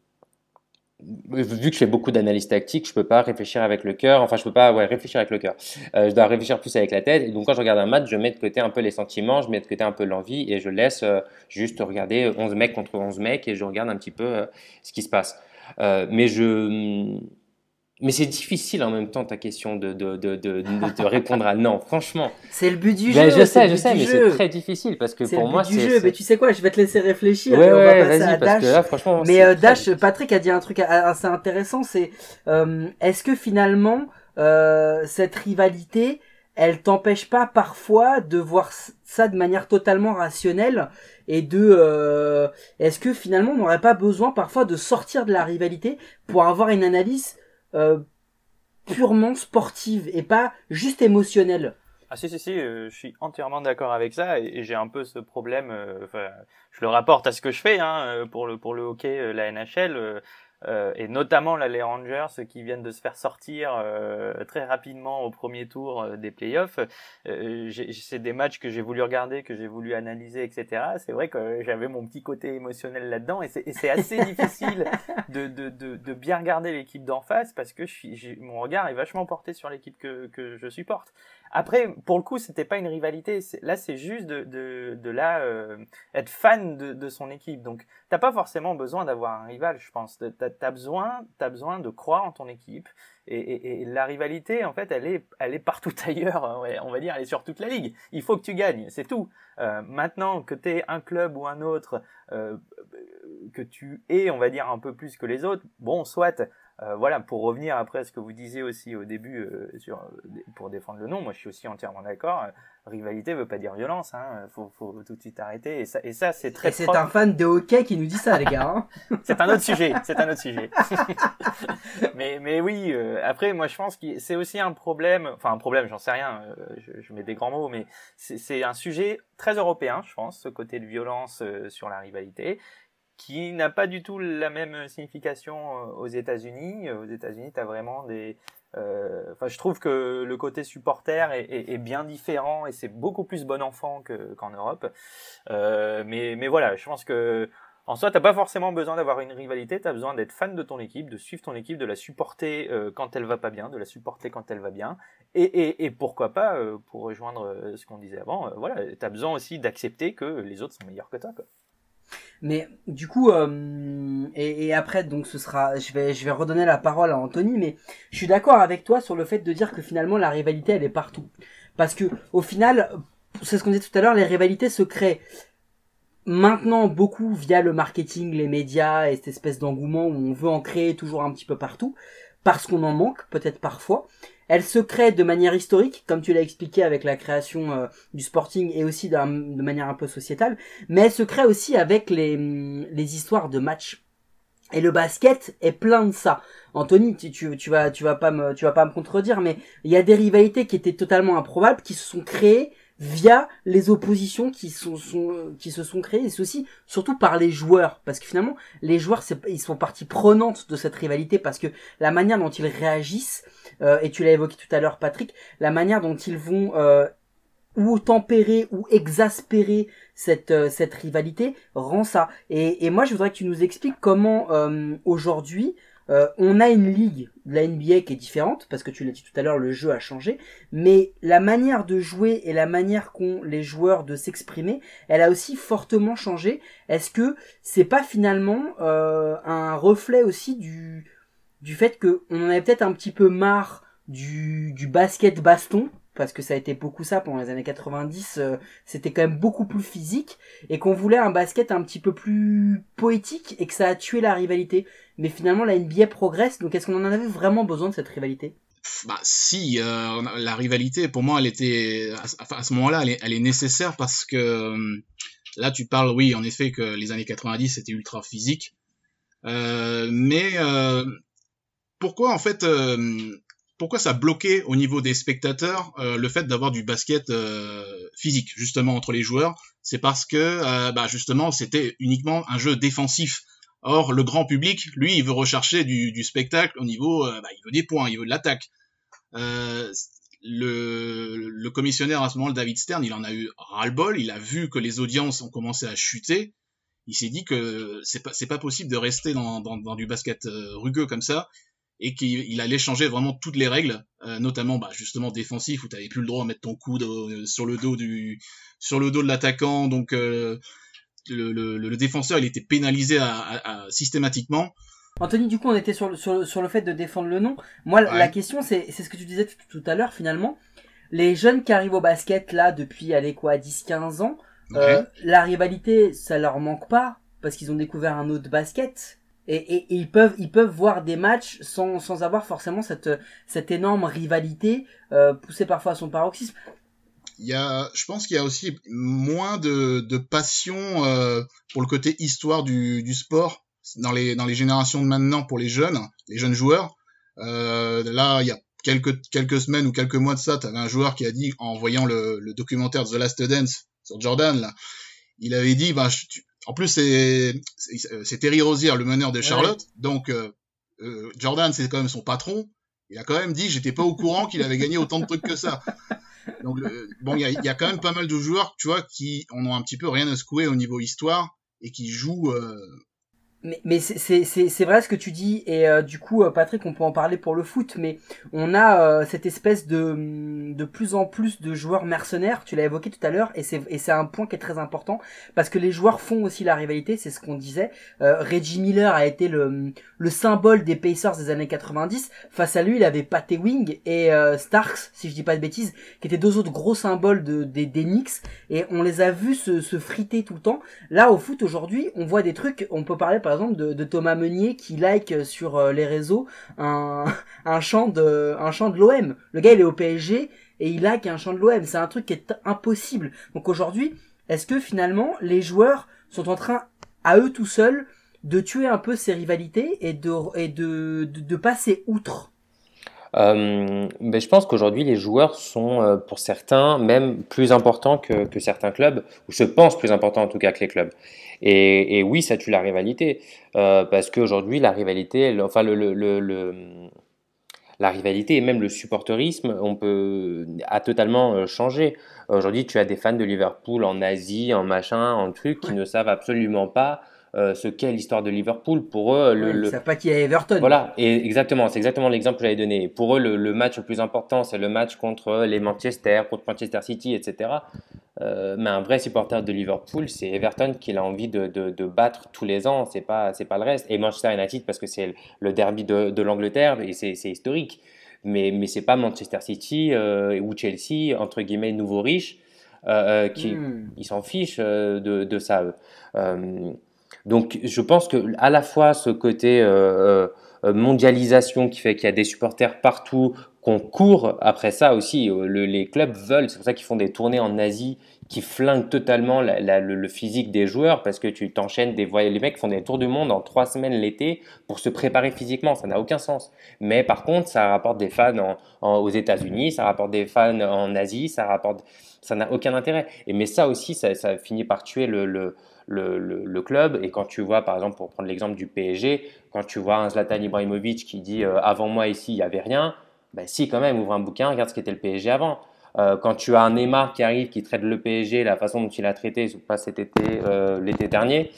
vu que je fais beaucoup d'analyse tactique, je peux pas réfléchir avec le cœur, enfin je peux pas ouais, réfléchir avec le cœur, Euh, je dois réfléchir plus avec la tête, et donc quand je regarde un match, je mets de côté un peu les sentiments, je mets de côté un peu l'envie, et je laisse euh, juste regarder onze mecs contre onze mecs, et je regarde un petit peu euh, ce qui se passe. Euh, mais je... Mais c'est difficile en même temps ta question de, de, de, de, de, de répondre à non, franchement. C'est le but du Ben, jeu. je c'est sais, le je but sais, du mais jeu. c'est très difficile parce que C'est pour le but moi, du c'est. jeu. c'est- Mais tu sais quoi, je vais te laisser réfléchir Ouais, et on va ouais, passer vas-y, à parce Dash. que là, franchement, Mais c'est euh, très Dash, difficile. Patrick a dit un truc a- assez intéressant, c'est euh, est-ce que finalement euh, cette rivalité, elle t'empêche pas parfois de voir s- ça de manière totalement rationnelle et de euh, est-ce que finalement on n'aurait pas besoin parfois de sortir de la rivalité pour avoir une analyse euh, purement sportive et pas juste émotionnelle? Ah si si si, euh, je suis entièrement d'accord avec ça et, et j'ai un peu ce problème. euh, Enfin, je le rapporte à ce que je fais hein, euh, pour le pour le hockey, euh, la N H L euh, euh, et notamment là les Rangers euh, qui viennent de se faire sortir euh, très rapidement au premier tour euh, des playoffs. Euh, j'ai- c'est des matchs que j'ai voulu regarder, que j'ai voulu analyser, et cetera. C'est vrai que j'avais mon petit côté émotionnel là-dedans et c'est et c'est assez difficile de, de de de bien regarder l'équipe d'en face parce que je suis j'ai- mon regard est vachement porté sur l'équipe que que je supporte. Après, pour le coup, c'était pas une rivalité. C'est- Là, c'est juste de, de, de là euh, être fan de, de son équipe. Donc, t'as pas forcément besoin d'avoir un rival, je pense. T'as, t'as besoin, t'as besoin de croire en ton équipe. Et, et, et la rivalité, en fait, elle est, elle est partout ailleurs. Ouais, on va dire, elle est sur toute la ligue. Il faut que tu gagnes, c'est tout. Euh, maintenant que t'aies un club ou un autre, euh, que tu aies, on va dire, un peu plus que les autres, bon, soit. Euh, voilà, pour revenir après à ce que vous disiez aussi au début euh, sur euh, pour défendre le nom, moi je suis aussi entièrement d'accord. Euh, rivalité veut pas dire violence, hein. Faut, faut tout de suite arrêter. Et ça, et ça c'est très Et c'est propre. un fan de hockey qui nous dit ça, les gars. Hein. C'est un autre sujet. C'est un autre sujet. mais mais oui. Euh, après, moi je pense que c'est aussi un problème. Enfin un problème, j'en sais rien. Euh, je, je mets des grands mots, mais c'est, c'est un sujet très européen, je pense, ce côté de violence euh, sur la rivalité, qui n'a pas du tout la même signification euh, aux États-Unis. Euh, Aux États-Unis, tu as vraiment des, Euh, Enfin, je trouve que le côté supporter est, est, est bien différent et c'est beaucoup plus bon enfant que, qu'en Europe. Euh, mais, mais voilà, je pense que en soi, t'as pas forcément besoin d'avoir une rivalité, t'as besoin d'être fan de ton équipe, de suivre ton équipe, de la supporter euh, quand elle va pas bien, de la supporter quand elle va bien, et, et, et pourquoi pas, euh, pour rejoindre euh, ce qu'on disait avant, euh, voilà, t'as besoin aussi d'accepter que les autres sont meilleurs que toi, quoi. Mais du coup, euh, et, et après, donc ce sera, je vais, je vais redonner la parole à Anthony, mais je suis d'accord avec toi sur le fait de dire que finalement la rivalité elle est partout, parce que au final, c'est ce qu'on disait tout à l'heure, les rivalités se créent maintenant beaucoup via le marketing, les médias et cette espèce d'engouement où on veut en créer toujours un petit peu partout, parce qu'on en manque peut-être parfois. Elle se crée de manière historique, comme tu l'as expliqué avec la création euh, du Sporting et aussi d'un, de manière un peu sociétale, mais elle se crée aussi avec les, les histoires de matchs. Et le basket est plein de ça. Anthony, tu, tu, tu vas, tu vas pas me, tu vas pas me contredire, mais il y a des rivalités qui étaient totalement improbables, qui se sont créées via les oppositions qui sont, sont qui se sont créées, et c'est aussi surtout par les joueurs, parce que finalement les joueurs c'est, ils sont partie prenante de cette rivalité, parce que la manière dont ils réagissent, euh, et tu l'as évoqué tout à l'heure Patrick, la manière dont ils vont euh, ou tempérer ou exaspérer cette euh, cette rivalité rend ça. Et, et moi je voudrais que tu nous expliques comment euh, aujourd'hui Euh, on a une ligue de la N B A qui est différente, parce que tu l'as dit tout à l'heure, le jeu a changé, mais la manière de jouer et la manière qu'ont les joueurs de s'exprimer, elle a aussi fortement changé. Est-ce que c'est pas finalement euh, un reflet aussi du du fait que on en avait peut-être un petit peu marre du du basket baston, parce que ça a été beaucoup ça pendant les années quatre-vingt-dix, euh, c'était quand même beaucoup plus physique, et qu'on voulait un basket un petit peu plus poétique, et que ça a tué la rivalité. Mais finalement, la N B A progresse, donc est-ce qu'on en avait vraiment besoin de cette rivalité ? Bah si, euh, la rivalité, pour moi, elle était à, à ce moment-là, elle est, elle est nécessaire parce que euh, là, tu parles, oui, en effet, que les années quatre-vingt-dix c'était ultra physique, euh, mais euh, pourquoi en fait, euh, pourquoi ça bloquait au niveau des spectateurs euh, le fait d'avoir du basket euh, physique justement entre les joueurs ? C'est parce que euh, bah justement, c'était uniquement un jeu défensif. Or, le grand public, lui, il veut rechercher du, du spectacle au niveau, euh, bah, il veut des points, il veut de l'attaque. Euh, le, le commissionnaire à ce moment, David Stern, il en a eu ras-le-bol. Il a vu que les audiences ont commencé à chuter. Il s'est dit que c'est pas, c'est pas possible de rester dans, dans, dans du basket euh, rugueux comme ça, et qu'il il allait changer vraiment toutes les règles, euh, notamment, bah, justement défensif, où t'avais plus le droit de mettre ton coude euh, sur le dos du, sur le dos de l'attaquant, donc. Euh, Le, le, le défenseur il était pénalisé à, à, à, systématiquement. Anthony, du coup on était sur le, sur, sur le fait de défendre le nom. Moi ouais. La question c'est, c'est ce que tu disais tout, tout à l'heure finalement. Les jeunes qui arrivent au basket là depuis allez quoi dix quinze ans, okay. euh, la rivalité ça leur manque pas parce qu'ils ont découvert un autre basket. Et, et, et ils peuvent ils peuvent voir des matchs sans, sans avoir forcément cette, cette énorme rivalité euh, poussée parfois à son paroxysme. Il y a, je pense qu'il y a aussi moins de, de passion euh, pour le côté histoire du, du sport dans les, dans les générations de maintenant pour les jeunes, les jeunes joueurs. Euh, là, il y a quelques, quelques semaines ou quelques mois de ça, tu avais un joueur qui a dit, en voyant le, le documentaire The Last Dance sur Jordan, là, il avait dit, bah, je, tu, en plus c'est, c'est, c'est Terry Rozier, le meneur de Charlotte, ouais. donc euh, euh, Jordan c'est quand même son patron. Il a quand même dit, j'étais pas au courant qu'il avait gagné autant de trucs que ça. Donc euh, bon, il y a, y a quand même pas mal de joueurs, tu vois, qui en ont un petit peu rien à secouer au niveau histoire et qui jouent. Euh... Mais, mais c'est, c'est, c'est, c'est vrai ce que tu dis, et euh, du coup, euh, Patrick, on peut en parler pour le foot, mais on a euh, cette espèce de de plus en plus de joueurs mercenaires, tu l'as évoqué tout à l'heure, et c'est, et c'est un point qui est très important, parce que les joueurs font aussi la rivalité, c'est ce qu'on disait. Euh, Reggie Miller a été le, le symbole des Pacers des années quatre-vingt-dix, face à lui, il avait Pat Ewing et euh, Starks, si je dis pas de bêtises, qui étaient deux autres gros symboles de, des, des Knicks, et on les a vus se, se friter tout le temps. Là, au foot, aujourd'hui, on voit des trucs, on peut parler par exemple de, de Thomas Meunier qui like sur euh, les réseaux un, un chant de un chant de l'O M. Le gars il est au P S G et il like un chant de l'O M. C'est un truc qui est impossible. Donc aujourd'hui, est-ce que finalement les joueurs sont en train à eux tout seuls de tuer un peu ces rivalités et de et de de, de passer outre? Euh, ben je pense qu'aujourd'hui les joueurs sont euh, pour certains même plus importants que, que certains clubs, ou je pense plus importants en tout cas que les clubs. Et, et oui, ça tue la rivalité, euh, parce qu'aujourd'hui la rivalité, elle, enfin le, le, le, le, la rivalité et même le supporterisme on peut, a totalement euh, changé. Aujourd'hui, tu as des fans de Liverpool en Asie, en machin, en truc, qui Ouais. ne savent absolument pas euh, ce qu'est l'histoire de Liverpool. Pour eux, le, Ouais, ils le, savent pas qui est Everton. voilà, et exactement, c'est exactement l'exemple que j'avais donné. Pour eux, le, le match le plus important, c'est le match contre les Manchester, contre Manchester City, et cetera. Euh, mais un vrai supporter de Liverpool, c'est Everton qu'il a envie de, de, de battre tous les ans, c'est pas, c'est pas le reste. Et Manchester United parce que c'est le derby de, de l'Angleterre et c'est, c'est historique. Mais, mais c'est pas Manchester City euh, ou Chelsea, entre guillemets, nouveaux riches, euh, euh, qui Hmm. ils s'en fichent euh, de, de ça. eux. Euh, donc, je pense que à la fois ce côté euh, euh, mondialisation qui fait qu'il y a des supporters partout, qu'on court après ça aussi. euh, le- les clubs veulent, c'est pour ça qu'ils font des tournées en Asie qui flinguent totalement la- la- le, le physique des joueurs parce que tu t'enchaînes des voyages. Les mecs font des tours du monde en trois semaines l'été pour se préparer physiquement, ça n'a aucun sens. Mais par contre, ça rapporte des fans en- en- aux États-Unis, ça rapporte des fans en Asie, ça rapporte, ça n'a aucun intérêt. Et mais ça aussi, ça, ça finit par tuer le, le le, le, le club. Et quand tu vois, par exemple, pour prendre l'exemple du P S G, quand tu vois un Zlatan Ibrahimovic qui dit euh, avant moi ici, il n'y avait rien, ben si, quand même, ouvre un bouquin, regarde ce qu'était le P S G avant. Euh, quand tu as un Neymar qui arrive, qui traite le P S G, la façon dont il a traité, pas cet été, euh, l'été dernier,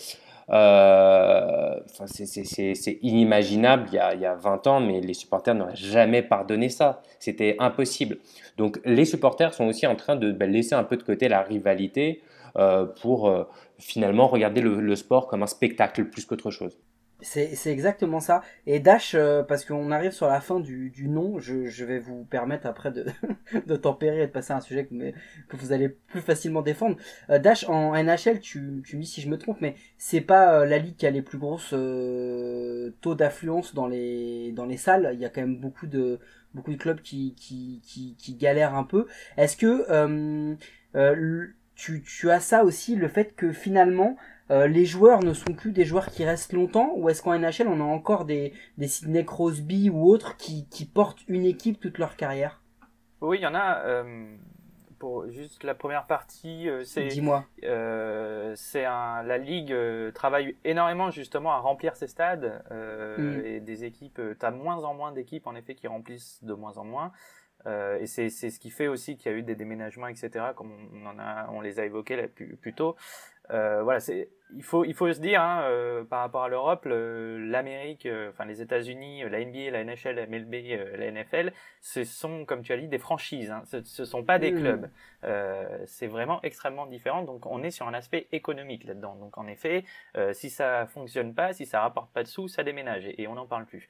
euh, enfin, c'est, c'est, c'est, c'est inimaginable il y, a, il y a vingt ans, mais les supporters n'auraient jamais pardonné ça. C'était impossible. Donc les supporters sont aussi en train de ben, laisser un peu de côté la rivalité euh, pour euh, finalement regarder le, le sport comme un spectacle plus qu'autre chose. C'est, c'est exactement ça. Et Dash, euh, parce qu'on arrive sur la fin du, du nom, je, je vais vous permettre après de, de tempérer et de passer à un sujet que, mais, que vous allez plus facilement défendre. Euh, Dash, en N H L, tu, tu me dis si je me trompe, mais c'est pas euh, la ligue qui a les plus grosses euh, taux d'affluence dans les, dans les salles. Il y a quand même beaucoup de, beaucoup de clubs qui, qui, qui, qui galèrent un peu. Est-ce que euh, euh, tu, tu as ça aussi, le fait que finalement, Euh, les joueurs ne sont plus des joueurs qui restent longtemps, ou est-ce qu'en N H L on a encore des, des Sidney Crosby ou autres qui, qui portent une équipe toute leur carrière? Oui, il y en a. euh, pour juste la première partie, euh, c'est Dis-moi. euh, c'est un la ligue euh, travaille énormément justement à remplir ses stades euh, Mm. et des équipes. euh, T'as moins en moins d'équipes en effet qui remplissent de moins en moins. Euh, et c'est c'est ce qui fait aussi qu'il y a eu des déménagements, et cetera. Comme on, on en a, on les a évoqués là plus, plus tôt. Euh, voilà, c'est il faut il faut se dire hein, euh, par rapport à l'Europe, le- l'Amérique, euh, enfin les États-Unis, euh, la N B A, la N H L, la M L B, euh, la N F L, ce sont comme tu as dit des franchises. Hein, ce, ce sont pas des Mm. clubs. Euh, c'est vraiment extrêmement différent. Donc on est sur un aspect économique là-dedans. Donc en effet, euh, si ça fonctionne pas, si ça rapporte pas de sous, ça déménage et, et on n'en parle plus.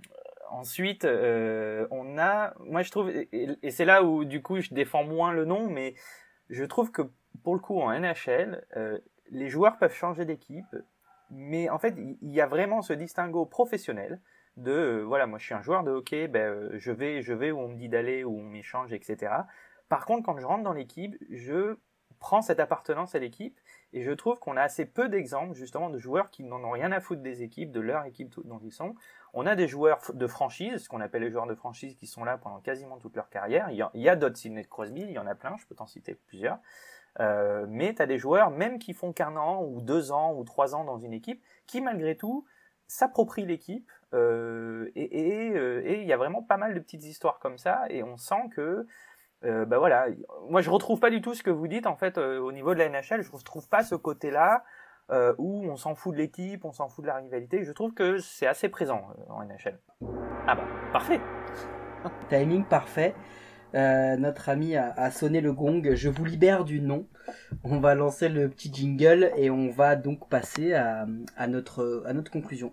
Ensuite, euh, on a, moi je trouve, et, et c'est là où du coup je défends moins le nom, mais je trouve que pour le coup en N H L, euh, les joueurs peuvent changer d'équipe, mais en fait il y, y a vraiment ce distinguo professionnel de, euh, voilà, moi je suis un joueur de hockey, ben euh, je vais, je vais où on me dit d'aller, où on m'échange, et cetera. Par contre, quand je rentre dans l'équipe, je prends cette appartenance à l'équipe et je trouve qu'on a assez peu d'exemples justement de joueurs qui n'en ont rien à foutre des équipes, de leur équipe tout- dont ils sont. On a des joueurs de franchise, ce qu'on appelle les joueurs de franchise, qui sont là pendant quasiment toute leur carrière. Il y a, il y a d'autres Sidney Crosby, il y en a plein, je peux t'en citer plusieurs. Euh, mais tu as des joueurs, même qui font qu'un an, ou deux ans, ou trois ans dans une équipe, qui malgré tout s'approprient l'équipe. Euh, et et, euh, et il y a vraiment pas mal de petites histoires comme ça, et on sent que euh, bah voilà, moi je retrouve pas du tout ce que vous dites en fait euh, au niveau de la N H L, je retrouve pas ce côté-là euh, où on s'en fout de l'équipe, on s'en fout de la rivalité. Je trouve que c'est assez présent euh, en N H L. Ah bah parfait. Timing parfait. Euh, notre ami a, a sonné le gong. Je vous libère du nom. On va lancer le petit jingle et on va donc passer à, à, notre, à notre conclusion.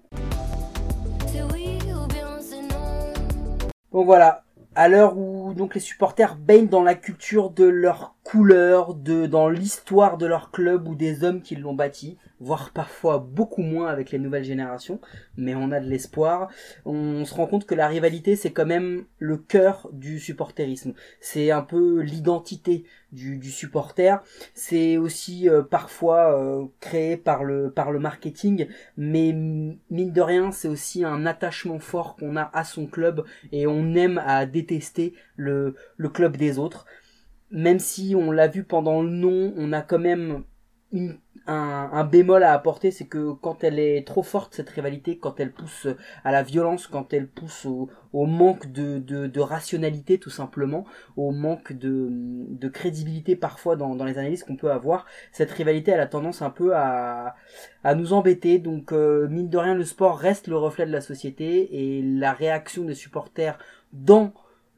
C'est oui ou bien c'est non. Bon voilà, à l'heure où donc les supporters baignent dans la culture de leur couleur, de dans l'histoire de leur club ou des hommes qui l'ont bâti, voire parfois beaucoup moins avec les nouvelles générations, mais on a de l'espoir. On se rend compte que la rivalité c'est quand même le cœur du supporterisme. C'est un peu l'identité du, du supporter. C'est aussi euh, parfois euh, créé par le par le marketing, mais mine de rien c'est aussi un attachement fort qu'on a à son club et on aime à détester le, le club des autres. Même si on l'a vu pendant le nom, on a quand même une, un, un bémol à apporter, c'est que quand elle est trop forte, cette rivalité, quand elle pousse à la violence, quand elle pousse au, au manque de, de, de rationalité tout simplement, au manque de, de crédibilité parfois dans, dans les analyses qu'on peut avoir, cette rivalité elle a tendance un peu à, à nous embêter. Donc euh, mine de rien, le sport reste le reflet de la société, et la réaction des supporters dans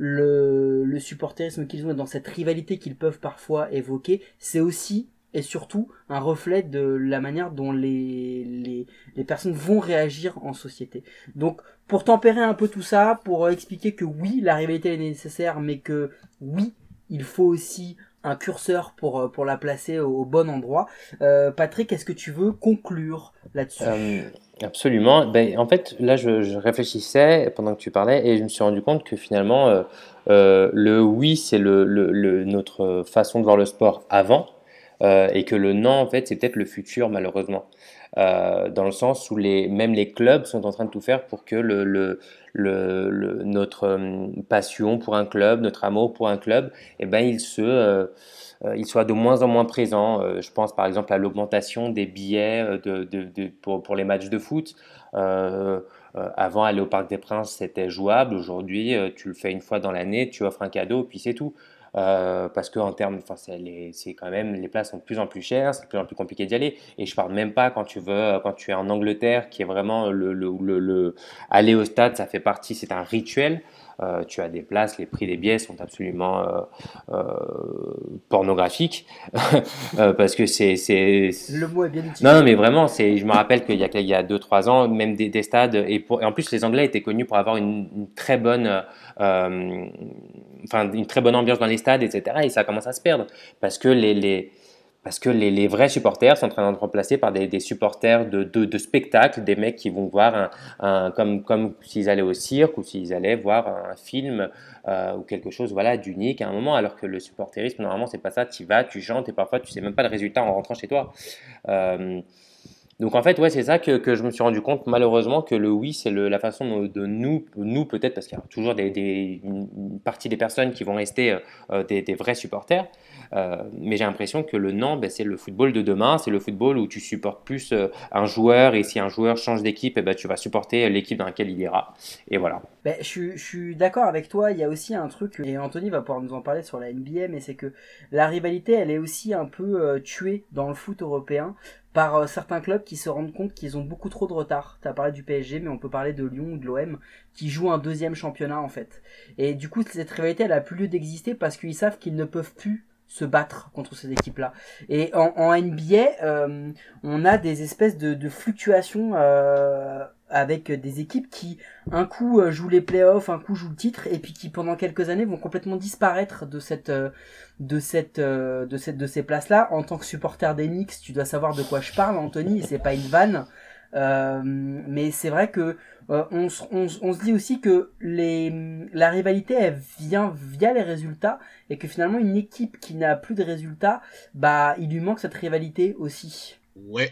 le, le supporterisme qu'ils ont et dans cette rivalité qu'ils peuvent parfois évoquer, c'est aussi et surtout un reflet de la manière dont les, les, les personnes vont réagir en société. Donc pour tempérer un peu tout ça, pour expliquer que oui, la rivalité est nécessaire, mais que oui, il faut aussi un curseur pour, pour la placer au, au bon endroit. Euh, Patrick, est-ce que tu veux conclure là-dessus ? Euh, absolument. Ben, en fait, là, je, je réfléchissais pendant que tu parlais et je me suis rendu compte que finalement, euh, euh, le oui, c'est le, le, le, notre façon de voir le sport avant. Euh, et que le non, en fait, c'est peut-être le futur, malheureusement. Euh, dans le sens où les, même les clubs sont en train de tout faire pour que le, le, le, le, notre euh, passion pour un club, notre amour pour un club, eh ben, il, se, euh, euh, il soit de moins en moins présent. Euh, je pense par exemple à l'augmentation des billets de, de, de, pour, pour les matchs de foot. Euh, euh, avant, aller au Parc des Princes, c'était jouable. Aujourd'hui, euh, tu le fais une fois dans l'année, tu offres un cadeau, puis c'est tout. Euh, parce que en termes, enfin, c'est, les, c'est quand même, les places sont de plus en plus chères, c'est de plus en plus compliqué d'y aller. Et je parle même pas quand tu veux, quand tu es en Angleterre, qui est vraiment le, le, le, le aller au stade, ça fait partie, c'est un rituel. Euh, tu as des places, les prix des billets sont absolument euh, euh, pornographiques euh, parce que c'est, c'est, Le mot est bien utilisé. Non, non, mais vraiment, c'est, je me rappelle qu'il y a, il y a deux trois ans, même des, des stades, et, pour, et en plus les Anglais étaient connus pour avoir une, une très bonne, euh, enfin une très bonne ambiance dans les stades, et cetera. Et ça commence à se perdre parce que les, les parce que les, les vrais supporters sont en train d'être remplacés par des, des supporters de, de, de spectacle, des mecs qui vont voir un, un, comme, comme s'ils allaient au cirque ou s'ils allaient voir un film euh, ou quelque chose voilà, d'unique à un moment, alors que le supporterisme, normalement, c'est pas ça. Tu y vas, tu chantes et parfois tu sais même pas le résultat en rentrant chez toi. Euh, donc en fait, ouais, c'est ça que, que je me suis rendu compte malheureusement que le oui, c'est le, la façon de, de nous, nous peut-être, parce qu'il y a toujours des, des, une partie des personnes qui vont rester euh, des, des vrais supporters, euh, mais j'ai l'impression que le non, ben, c'est le football de demain, c'est le football où tu supportes plus euh, un joueur, et si un joueur change d'équipe, eh ben, tu vas supporter l'équipe dans laquelle il ira, et voilà. Ben, je, suis- je suis d'accord avec toi, il y a aussi un truc, et Anthony va pouvoir nous en parler sur la N B A, mais c'est que la rivalité, elle est aussi un peu euh, tuée dans le foot européen par euh, certains clubs qui se rendent compte qu'ils ont beaucoup trop de retard. Tu as parlé du P S G, mais on peut parler de Lyon ou de l'O M, qui jouent un deuxième championnat en fait. Et du coup, cette rivalité, elle a plus lieu d'exister parce qu'ils savent qu'ils ne peuvent plus se battre contre ces équipes-là. Et en, en N B A, euh, on a des espèces de, de fluctuations euh, avec des équipes qui, un coup, euh, jouent les playoffs, un coup, jouent le titre, et puis qui, pendant quelques années, vont complètement disparaître de cette, euh, de cette, euh, de cette, de ces places-là. En tant que supporter des Knicks, tu dois savoir de quoi je parle, Anthony, et c'est pas une vanne. Euh, mais c'est vrai que euh, on, se- on, se- on se dit aussi que les, la rivalité elle vient via les résultats, et que finalement une équipe qui n'a plus de résultats, bah il lui manque cette rivalité aussi. Ouais.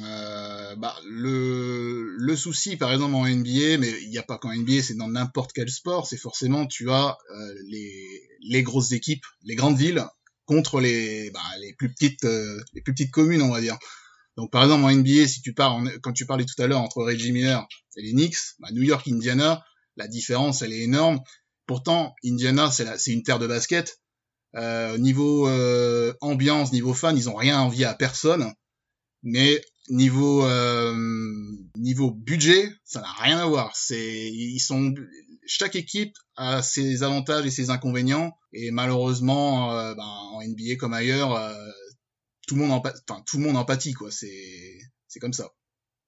Euh, bah, le, le souci, par exemple, en N B A, mais il n'y a pas qu'en N B A, c'est dans n'importe quel sport, c'est forcément, tu as euh, les, les grosses équipes, les grandes villes, contre les, bah, les plus petites, euh, les plus petites communes, on va dire. Donc, par exemple, en N B A, si tu pars, en- quand tu parlais tout à l'heure entre Reggie Miller et les Knicks, bah, New York, Indiana, la différence, elle est énorme. Pourtant, Indiana, c'est la- c'est une terre de basket. Euh, niveau euh, ambiance, niveau fan, ils ont rien à envier à personne. Mais niveau euh, niveau budget, ça n'a rien à voir. C'est ils sont chaque équipe a ses avantages et ses inconvénients, et malheureusement, euh, ben, en N B A comme ailleurs, euh, tout le monde en pa- enfin tout le monde en pâtit quoi. C'est c'est comme ça.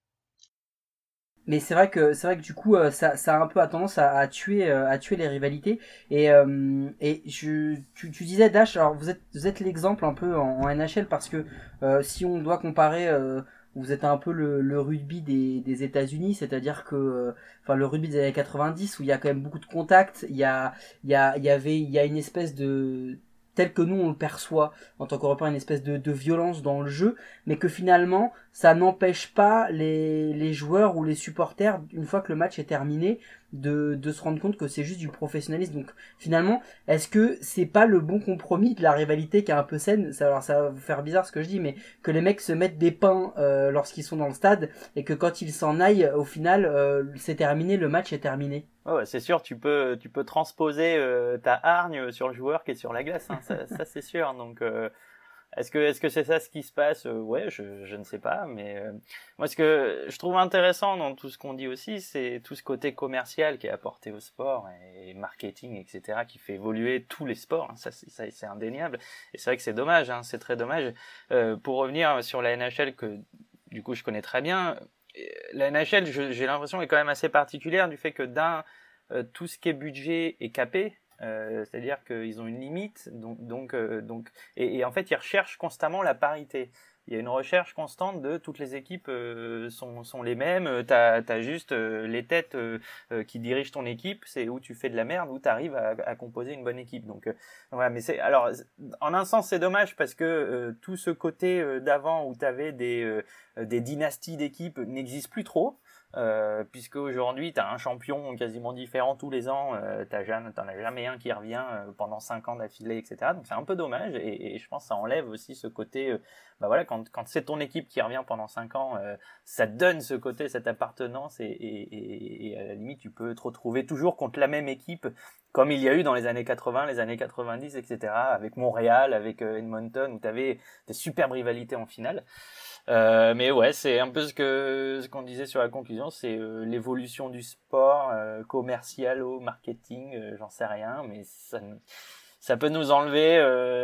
Mais c'est vrai que c'est vrai que du coup euh, ça, ça a un peu à tendance à, à tuer euh, à tuer les rivalités, et euh, et je tu, tu disais Dash, alors vous êtes vous êtes l'exemple un peu en, en N H L, parce que euh, si on doit comparer, euh, vous êtes un peu le, le rugby des, des États-Unis, c'est-à-dire que euh, enfin le rugby des années quatre-vingt-dix, où il y a quand même beaucoup de contacts, il y a il y a il y avait il y a une espèce de tel que nous on le perçoit en tant qu'Européens, une espèce de, de violence dans le jeu, mais que finalement ça n'empêche pas les, les joueurs ou les supporters, une fois que le match est terminé, de, de se rendre compte que c'est juste du professionnalisme. Donc finalement, est-ce que c'est pas le bon compromis de la rivalité qui est un peu saine? Ça, alors ça va vous faire bizarre ce que je dis, mais que les mecs se mettent des pains euh, lorsqu'ils sont dans le stade, et que quand ils s'en aillent, au final euh, c'est terminé, le match est terminé. Ouais, ouais, c'est sûr, tu peux, tu peux transposer euh, ta hargne sur le joueur qui est sur la glace, hein, ça, ça c'est sûr. Donc, euh, est-ce que, est-ce que c'est ça ce qui se passe? euh, Ouais, je, je ne sais pas, mais euh, moi, ce que je trouve intéressant dans tout ce qu'on dit aussi, c'est tout ce côté commercial qui est apporté au sport et marketing, et cetera, qui fait évoluer tous les sports. Hein, ça, c'est, ça, c'est indéniable. Et c'est vrai que c'est dommage, hein, c'est très dommage. Euh, pour revenir sur la N H L que, du coup, je connais très bien. La N H L, je, j'ai l'impression, est quand même assez particulière du fait que d'un, euh, tout ce qui est budget est capé, euh, c'est-à-dire qu'ils ont une limite, donc, donc, euh, donc, et, et en fait, ils recherchent constamment la parité. Il y a une recherche constante de toutes les équipes euh, sont, sont les mêmes. T'as, t'as juste euh, les têtes euh, euh, qui dirigent ton équipe. C'est où tu fais de la merde, où t'arrives à, à composer une bonne équipe. Donc euh, voilà. Mais c'est alors en un sens c'est dommage parce que euh, tout ce côté euh, d'avant où t'avais des euh, des dynasties d'équipes n'existe plus trop. Euh, puisque aujourd'hui t'as un champion quasiment différent tous les ans, euh, t'as jamais, t'en as jamais un qui revient euh, pendant cinq ans d'affilée, et cetera. Donc c'est un peu dommage et, et je pense que ça enlève aussi ce côté, euh, bah voilà, quand quand c'est ton équipe qui revient pendant cinq ans, euh, ça te donne ce côté, cette appartenance et, et, et, et à la limite tu peux te retrouver toujours contre la même équipe comme il y a eu dans les années quatre-vingts, les années quatre-vingt-dix, et cetera. Avec Montréal, avec euh, Edmonton où t'avais des superbes rivalités en finale. Euh, mais ouais, c'est un peu ce que ce qu'on disait sur la conclusion, c'est euh, l'évolution du sport euh, commercial au marketing, euh, j'en sais rien, mais ça ça peut nous enlever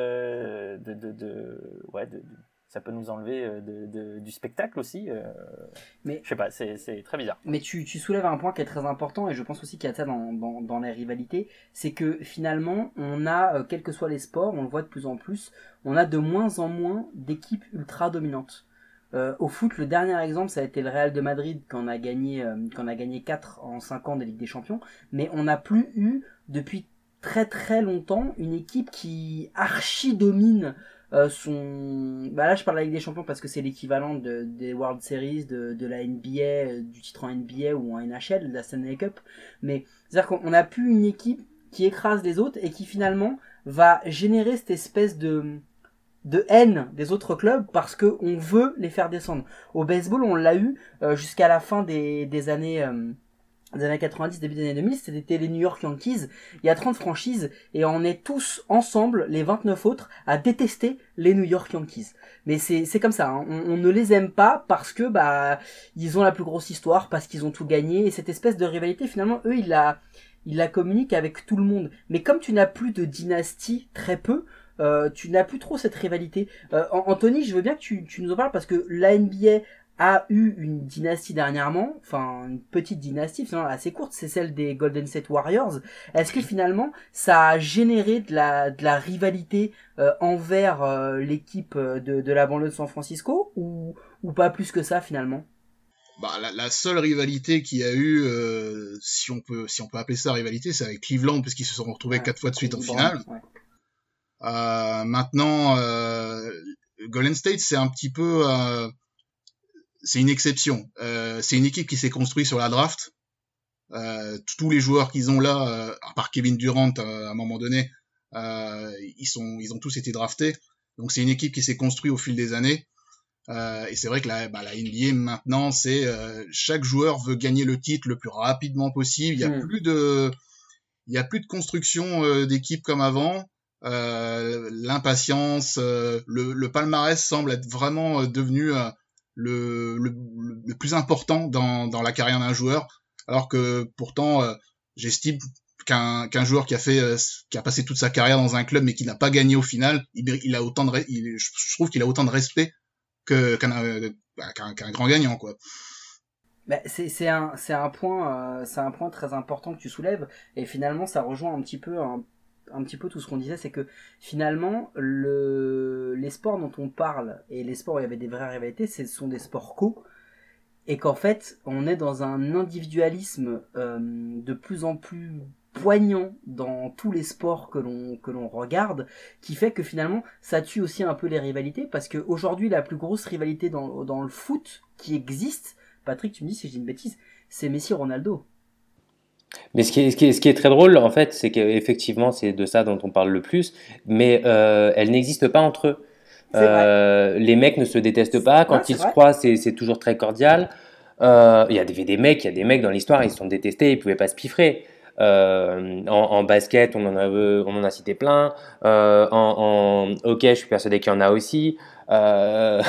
euh, de, de de ouais de, de ça peut nous enlever de, de du spectacle aussi. Euh, mais je sais pas, c'est c'est très bizarre. Mais tu tu soulèves un point qui est très important et je pense aussi qu'il y a ça dans dans dans les rivalités, c'est que finalement on a, quels que soient les sports, on le voit de plus en plus, on a de moins en moins d'équipes ultra dominantes. Euh, au foot, le dernier exemple, ça a été le Real de Madrid quand on a gagné, euh, quand on a gagné quatre en cinq ans de Ligue des Champions. Mais on n'a plus eu, depuis très très longtemps, une équipe qui archi domine euh, son... Bah là, je parle de la Ligue des Champions parce que c'est l'équivalent de, des World Series, de, de la N B A, du titre en N B A ou en N H L, de la Stanley Cup. Mais c'est-à-dire qu'on n'a plus une équipe qui écrase les autres et qui finalement va générer cette espèce de... de haine des autres clubs parce que on veut les faire descendre. Au baseball, on l'a eu euh, jusqu'à la fin des, des années euh, des années quatre-vingt-dix, début des années deux mille, c'était les New York Yankees. Il y a trente franchises et on est tous ensemble, les vingt-neuf autres, à détester les New York Yankees. Mais c'est c'est comme ça, hein. on, on ne les aime pas parce que bah ils ont la plus grosse histoire, parce qu'ils ont tout gagné, et cette espèce de rivalité finalement eux ils la ils la communiquent avec tout le monde. Mais comme tu n'as plus de dynastie, très peu, Euh, tu n'as plus trop cette rivalité. Euh, Anthony, je veux bien que tu, tu nous en parles parce que la N B A a eu une dynastie dernièrement, enfin une petite dynastie finalement assez courte, c'est celle des Golden State Warriors. Est-ce que finalement ça a généré de la, de la rivalité euh, envers euh, l'équipe de, de la banlieue de San Francisco ou, ou pas plus que ça finalement? Bah, la, la seule rivalité qu'il y a eu, euh, si on peut si on peut appeler ça rivalité, c'est avec Cleveland parce qu'ils se sont retrouvés ouais, quatre fois de suite en finale. Ouais. Euh, maintenant, euh, Golden State, c'est un petit peu, euh, c'est une exception. Euh, c'est une équipe qui s'est construite sur la draft. Euh, tous les joueurs qu'ils ont là, euh, à part Kevin Durant, euh, à un moment donné, euh, ils sont, ils ont tous été draftés. Donc c'est une équipe qui s'est construite au fil des années. Euh, et c'est vrai que la, bah, la N B A maintenant, c'est euh, chaque joueur veut gagner le titre le plus rapidement possible. Il y a mmh. plus de, il y a plus de construction euh, d'équipe comme avant. Euh, l'impatience, euh, le, le palmarès semble être vraiment euh, devenu euh, le, le, le plus important dans, dans la carrière d'un joueur, alors que pourtant euh, j'estime qu'un, qu'un joueur qui a fait euh, qui a passé toute sa carrière dans un club mais qui n'a pas gagné au final, il, il a autant de il, je trouve qu'il a autant de respect que qu'un, euh, qu'un, qu'un grand gagnant quoi. Bah, c'est c'est un c'est un point euh, c'est un point très important que tu soulèves et finalement ça rejoint un petit peu un un petit peu tout ce qu'on disait, c'est que finalement le les sports dont on parle et les sports où il y avait des vraies rivalités, ce sont des sports co et qu'en fait on est dans un individualisme euh, de plus en plus poignant dans tous les sports que l'on que l'on regarde, qui fait que finalement ça tue aussi un peu les rivalités, parce que aujourd'hui la plus grosse rivalité dans dans le foot qui existe, Patrick, tu me dis si je dis une bêtise, c'est Messi-Ronaldo. Mais ce qui est, ce qui est, ce qui est très drôle, en fait, c'est qu'effectivement, c'est de ça dont on parle le plus, mais euh, elle n'existe pas entre eux. Euh, les mecs ne se détestent pas. Quand Ouais, c'est ils se vrai. croisent, c'est, c'est toujours très cordial. Euh, Il y a des, des mecs, il y a des mecs dans l'histoire, ils se sont détestés, ils pouvaient pas se piffrer. Euh, en, en basket, on en a, on en a cité plein. Euh, en, en hockey, je suis persuadé qu'il y en a aussi. Euh,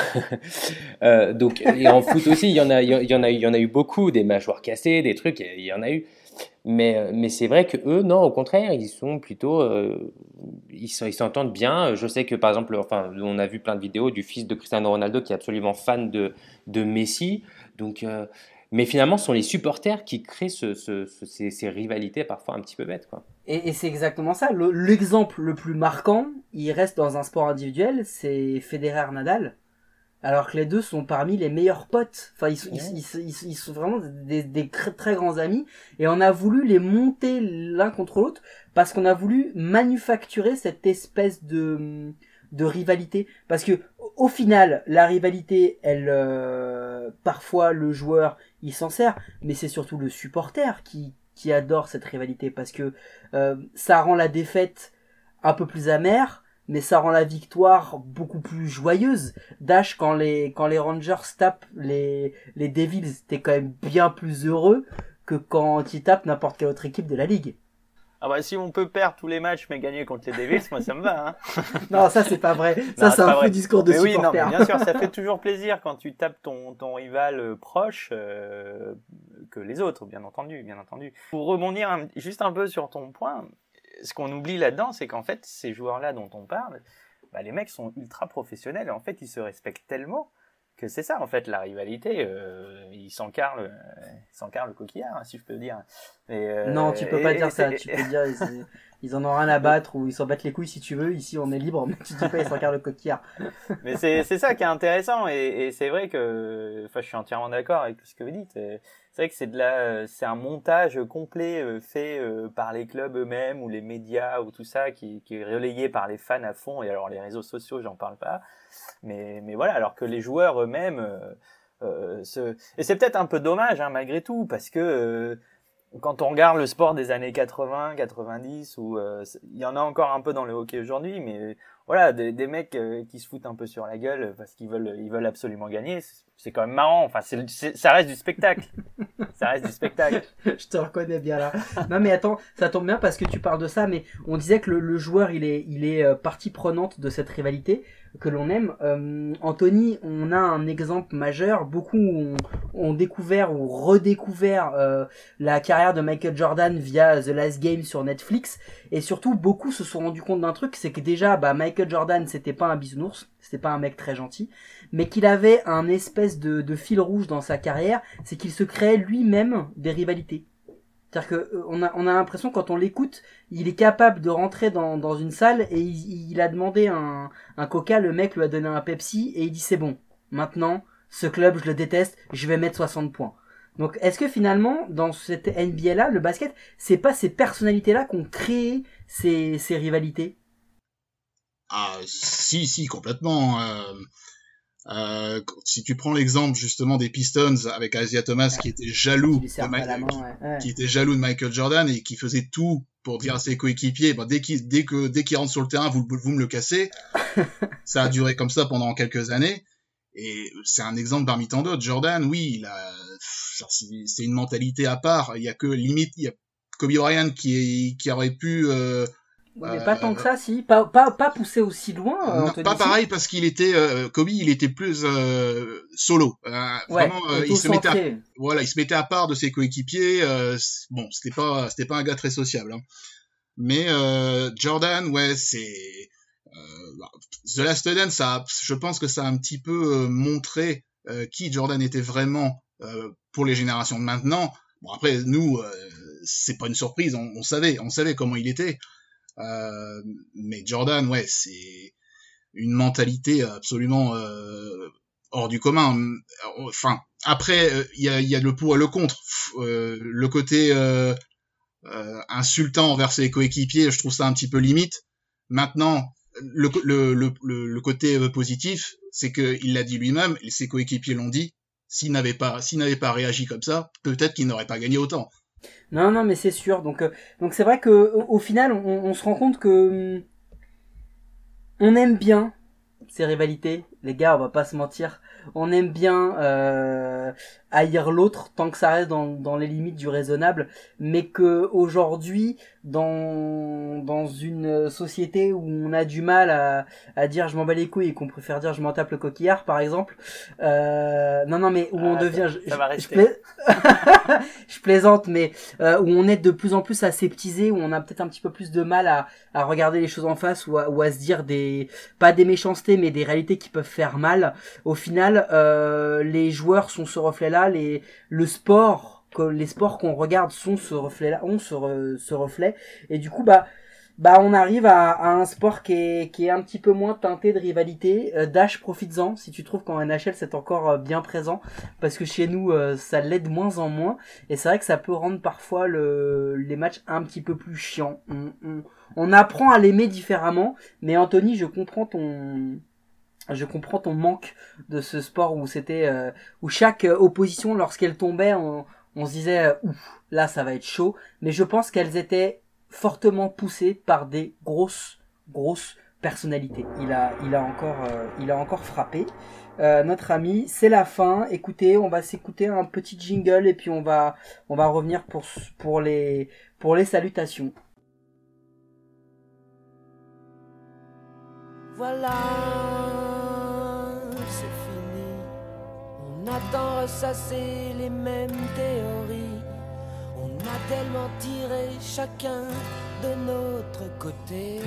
euh, donc, et en foot aussi, il y en a, il y en a, il y en a eu beaucoup, des mâchoires cassées, des trucs, il y en a eu. Mais, mais c'est vrai que eux, non, au contraire, ils sont plutôt, euh, ils, sont, ils s'entendent bien. Je sais que par exemple, enfin, on a vu plein de vidéos du fils de Cristiano Ronaldo qui est absolument fan de, de Messi. Donc, euh, mais finalement, ce sont les supporters qui créent ce, ce, ce, ces, ces rivalités parfois un petit peu bêtes, quoi. Et, et c'est exactement ça. Le, l'exemple le plus marquant, il reste dans un sport individuel, c'est Federer-Nadal. Alors que les deux sont parmi les meilleurs potes. Enfin, ils, sont- ils, ils, ils, ils sont vraiment des, des très, très grands amis. Et on a voulu les monter l'un contre l'autre parce qu'on a voulu manufacturer cette espèce de, de rivalité. Parce que au final, la rivalité, elle, euh, parfois le joueur, il s'en sert, mais c'est surtout le supporter qui, qui adore cette rivalité parce que euh, ça rend la défaite un peu plus amère, mais ça rend la victoire beaucoup plus joyeuse. Dash, quand les, quand les Rangers tapent les, les Devils, t'es quand même bien plus heureux que quand ils tapent n'importe quelle autre équipe de la ligue. Ah bah si on peut perdre tous les matchs mais gagner contre les Devils, moi ça me va. Hein. Non, ça c'est pas vrai. Ça Non, c'est c'est un pas faux vrai. discours de Mais oui, non, supporter. mais bien sûr, ça fait toujours plaisir quand tu tapes ton, ton rival euh, proche euh, que les autres, bien entendu, bien entendu. Pour rebondir un- juste un peu sur ton point, ce qu'on oublie là-dedans, c'est qu'en fait, ces joueurs-là dont on parle, bah, les mecs sont ultra professionnels et en fait, ils se respectent tellement que c'est ça, en fait, la rivalité. Euh, ils s'encarrent le, ils s'encarrent le coquillard, hein, si je peux dire. Et, euh, Non, tu peux et- pas et dire ça. c'est- Tu peux dire ils, ils en ont rien à battre ou ils s'en battent les couilles si tu veux. Ici, on est libre, mais tu dis pas ils s'en carrent le coquillard. Mais c'est c'est ça qui est intéressant et, et c'est vrai que, enfin, je suis entièrement d'accord avec tout ce que vous dites. Et c'est vrai que c'est de la, c'est un montage complet euh, fait euh, par les clubs eux-mêmes ou les médias ou tout ça qui, qui est relayé par les fans à fond. Et alors les réseaux sociaux, j'en parle pas. Mais mais voilà, alors que les joueurs eux-mêmes, euh, euh, se... et c'est peut-être un peu dommage hein, malgré tout parce que euh, quand on regarde le sport des années quatre-vingts, quatre-vingt-dix, où euh, c'est- il y en a encore un peu dans le hockey aujourd'hui, mais voilà, des, des mecs euh, qui se foutent un peu sur la gueule parce qu'ils veulent, ils veulent absolument gagner, c'est, c'est quand même marrant. Enfin, c'est, c'est- ça reste du spectacle. Ça reste du spectacle. Je te reconnais bien là. Non mais attends, ça tombe bien parce que tu parles de ça, mais on disait que le, le joueur il est, il est euh, partie prenante de cette rivalité que l'on aime. Euh, Anthony, on a un exemple majeur. Beaucoup ont, ont découvert ou redécouvert euh, la carrière de Michael Jordan via The Last Game sur Netflix, et surtout beaucoup se sont rendus compte d'un truc, c'est que déjà bah Michael Jordan c'était pas un bisounours, c'était pas un mec très gentil, mais qu'il avait un espèce de, de fil rouge dans sa carrière, c'est qu'il se créait lui-même des rivalités. C'est-à-dire que euh, on a on a l'impression quand on l'écoute, il est capable de rentrer dans dans une salle et il, il a demandé un un Coca, le mec lui a donné un Pepsi et il dit c'est bon. Maintenant, ce club je le déteste, je vais mettre soixante points. Donc est-ce que finalement dans cette N B A là, le basket, c'est pas ces personnalités là qu'on crée ces ces rivalités? Ah, si, si, complètement. Euh, euh, si tu prends l'exemple justement des Pistons avec Isaiah Thomas qui était jaloux, Qui lui de serre pas Ma- la main, ouais. Ouais. qui était jaloux de Michael Jordan et qui faisait tout pour dire à ses coéquipiers, bah, dès qu'il dès que dès qu'il rentre sur le terrain, vous vous me le cassez. Ça a duré comme ça pendant quelques années. Et c'est un exemple parmi tant d'autres. Jordan, oui, il a, c'est c'est une mentalité à part. Il y a que limite, il y a Kobe Bryant qui est, qui aurait pu. Euh, Ouais, mais euh, pas tant que ça, si. Pas, pas, pas poussé aussi loin, euh, non, Anthony, pas si. pareil parce qu'il était euh, Kobe, il était plus euh, solo. Euh, Ouais, vraiment, euh, il se mettait, à, auto-centré. voilà, il se mettait à part de ses coéquipiers. Euh, c- bon, c'était pas, c'était pas un gars très sociable. Hein. Mais euh, Jordan, ouais, c'est euh, bah, The Last Dance. Ça, je pense que ça a un petit peu euh, montré euh, qui Jordan était vraiment euh, pour les générations de maintenant. Bon, après, nous, euh, c'est pas une surprise. On, on savait, on savait comment il était. Euh, mais Jordan, ouais, c'est une mentalité absolument euh, hors du commun. Enfin, après, il y a, y a le pour et le contre. Euh, le côté euh, euh, insultant envers ses coéquipiers, je trouve ça un petit peu limite. Maintenant, le, le, le, le, le côté positif, c'est qu'il l'a dit lui-même, et ses coéquipiers l'ont dit, s'il n'avait pas, s'il n'avait pas réagi comme ça, peut-être qu'il n'aurait pas gagné autant. Non, non, mais c'est sûr. Donc, euh, donc c'est vrai que au, au final, on, on se rend compte que hum, on aime bien ces rivalités, les gars, on va pas se mentir. On aime bien euh, haïr l'autre tant que ça reste dans, dans les limites du raisonnable, mais que aujourd'hui, dans dans une société où on a du mal à, à dire je m'en bats les couilles et qu'on préfère dire je m'en tape le coquillard, par exemple, euh, non non mais où Ah, on ça- devient, ça je, va je, rester. pla- je plaisante, mais euh, où on est de plus en plus aseptisé, où on a peut-être un petit peu plus de mal à à regarder les choses en face ou à, ou à se dire des pas des méchancetés mais des réalités qui peuvent faire mal. Au final, euh, les joueurs sont ce reflet-là, les le sport, que les sports qu'on regarde sont ce reflet-là, ont ce, re- ce reflet, et du coup bah bah on arrive à, à un sport qui est qui est un petit peu moins teinté de rivalité. Euh, Dash, profites-en si tu trouves qu'en N H L c'est encore euh, bien présent, parce que chez nous euh, ça l'est de moins en moins, et c'est vrai que ça peut rendre parfois le les matchs un petit peu plus chiants. On, on, on apprend à l'aimer différemment, mais Anthony, je comprends ton je comprends ton manque de ce sport où c'était euh, où chaque euh, opposition, lorsqu'elle tombait, on, on se disait euh, ouf, là ça va être chaud, mais je pense qu'elles étaient fortement poussées par des grosses grosses personnalités. Il a il a encore euh, il a encore frappé. Euh, notre ami, c'est la fin. Écoutez, on va s'écouter un petit jingle et puis on va on va revenir pour pour les pour les salutations. Voilà, c'est fini. On a tant ressassé les mêmes théories. On a tellement tiré chacun de notre côté.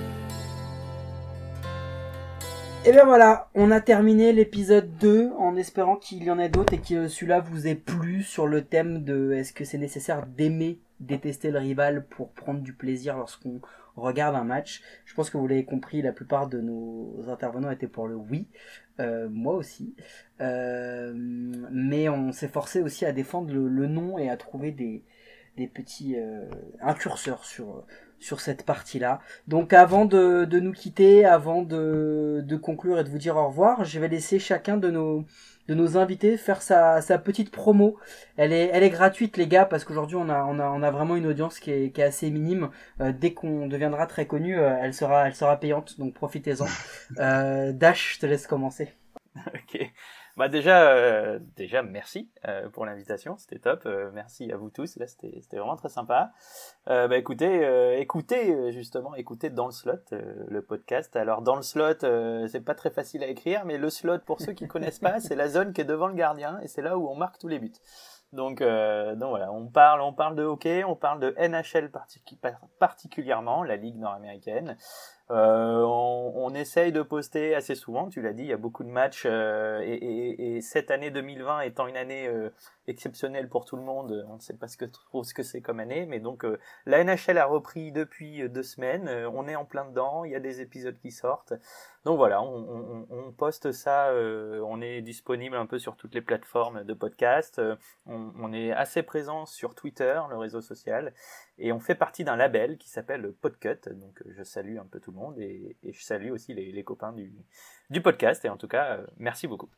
Et bien voilà, on a terminé l'épisode deux en espérant qu'il y en ait d'autres et que celui-là vous ait plu sur le thème de est-ce que c'est nécessaire d'aimer détester le rival pour prendre du plaisir lorsqu'on regarde un match. Je pense que vous l'avez compris, la plupart de nos intervenants étaient pour le oui, euh, moi aussi, euh, mais on s'est forcé aussi à défendre le, le non et à trouver des, des petits euh, incurseurs sur sur cette partie-là. Donc avant de, de nous quitter, avant de, de conclure et de vous dire au revoir, je vais laisser chacun de nos de nos invités faire sa, sa petite promo. Elle est elle est gratuite les gars, parce qu'aujourd'hui on a on a on a vraiment une audience qui est qui est assez minime. Euh, dès qu'on deviendra très connu, euh, elle sera elle sera payante, donc profitez-en. Euh, Dash, je te laisse commencer. Ok. Bah déjà, euh, déjà merci euh, pour l'invitation, c'était top. Euh, merci à vous tous. Là, c'était, c'était vraiment très sympa. Euh, bah écoutez, euh, écoutez euh, justement, écoutez Dans le Slot, euh, le podcast. Alors dans le slot, euh, c'est pas très facile à écrire, mais le slot, pour ceux qui connaissent pas, c'est la zone qui est devant le gardien et c'est là où on marque tous les buts. Donc, euh, donc voilà, on parle, on parle de hockey, on parle de N H L particu- particulièrement, la ligue nord-américaine. Euh, on, on essaye de poster assez souvent, tu l'as dit, il y a beaucoup de matchs euh, et, et, et cette année deux mille vingt étant une année euh, exceptionnelle pour tout le monde, on ne sait pas ce que trop ce que c'est comme année, mais donc euh, la N H L a repris depuis euh, deux semaines, euh, on est en plein dedans, il y a des épisodes qui sortent, donc voilà, on, on, on poste ça, euh, on est disponible un peu sur toutes les plateformes de podcast, euh, on, on est assez présent sur Twitter, le réseau social. Et on fait partie d'un label qui s'appelle Podcut, donc je salue un peu tout le monde et, et je salue aussi les, les copains du, du podcast. Et en tout cas, euh, merci beaucoup.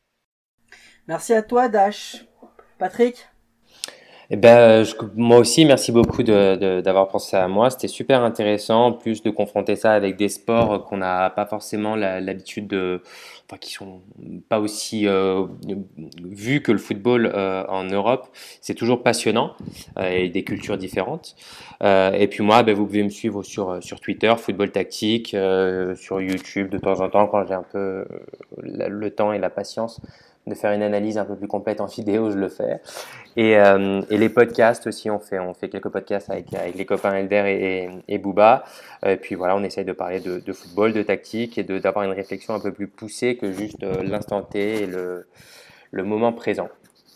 Merci à toi Dash. Patrick? Eh ben, je- moi aussi, merci beaucoup de, de- d'avoir pensé à moi. C'était super intéressant, en plus de confronter ça avec des sports qu'on n'a pas forcément la- l'habitude de, enfin, qui sont pas aussi euh, vus que le football euh, en Europe. C'est toujours passionnant euh, et des cultures différentes. Euh, et puis moi, ben, vous pouvez me suivre sur sur Twitter, Football Tactique, euh, sur YouTube de temps en temps quand j'ai un peu euh, la- le temps et la patience de faire une analyse un peu plus complète en vidéo, je le fais. Et, euh, et les podcasts aussi, on fait, on fait quelques podcasts avec, avec les copains Elder et, et, et Booba. Et puis voilà, on essaye de parler de, de football, de tactique et de, d'avoir une réflexion un peu plus poussée que juste euh, l'instant T et le, le moment présent.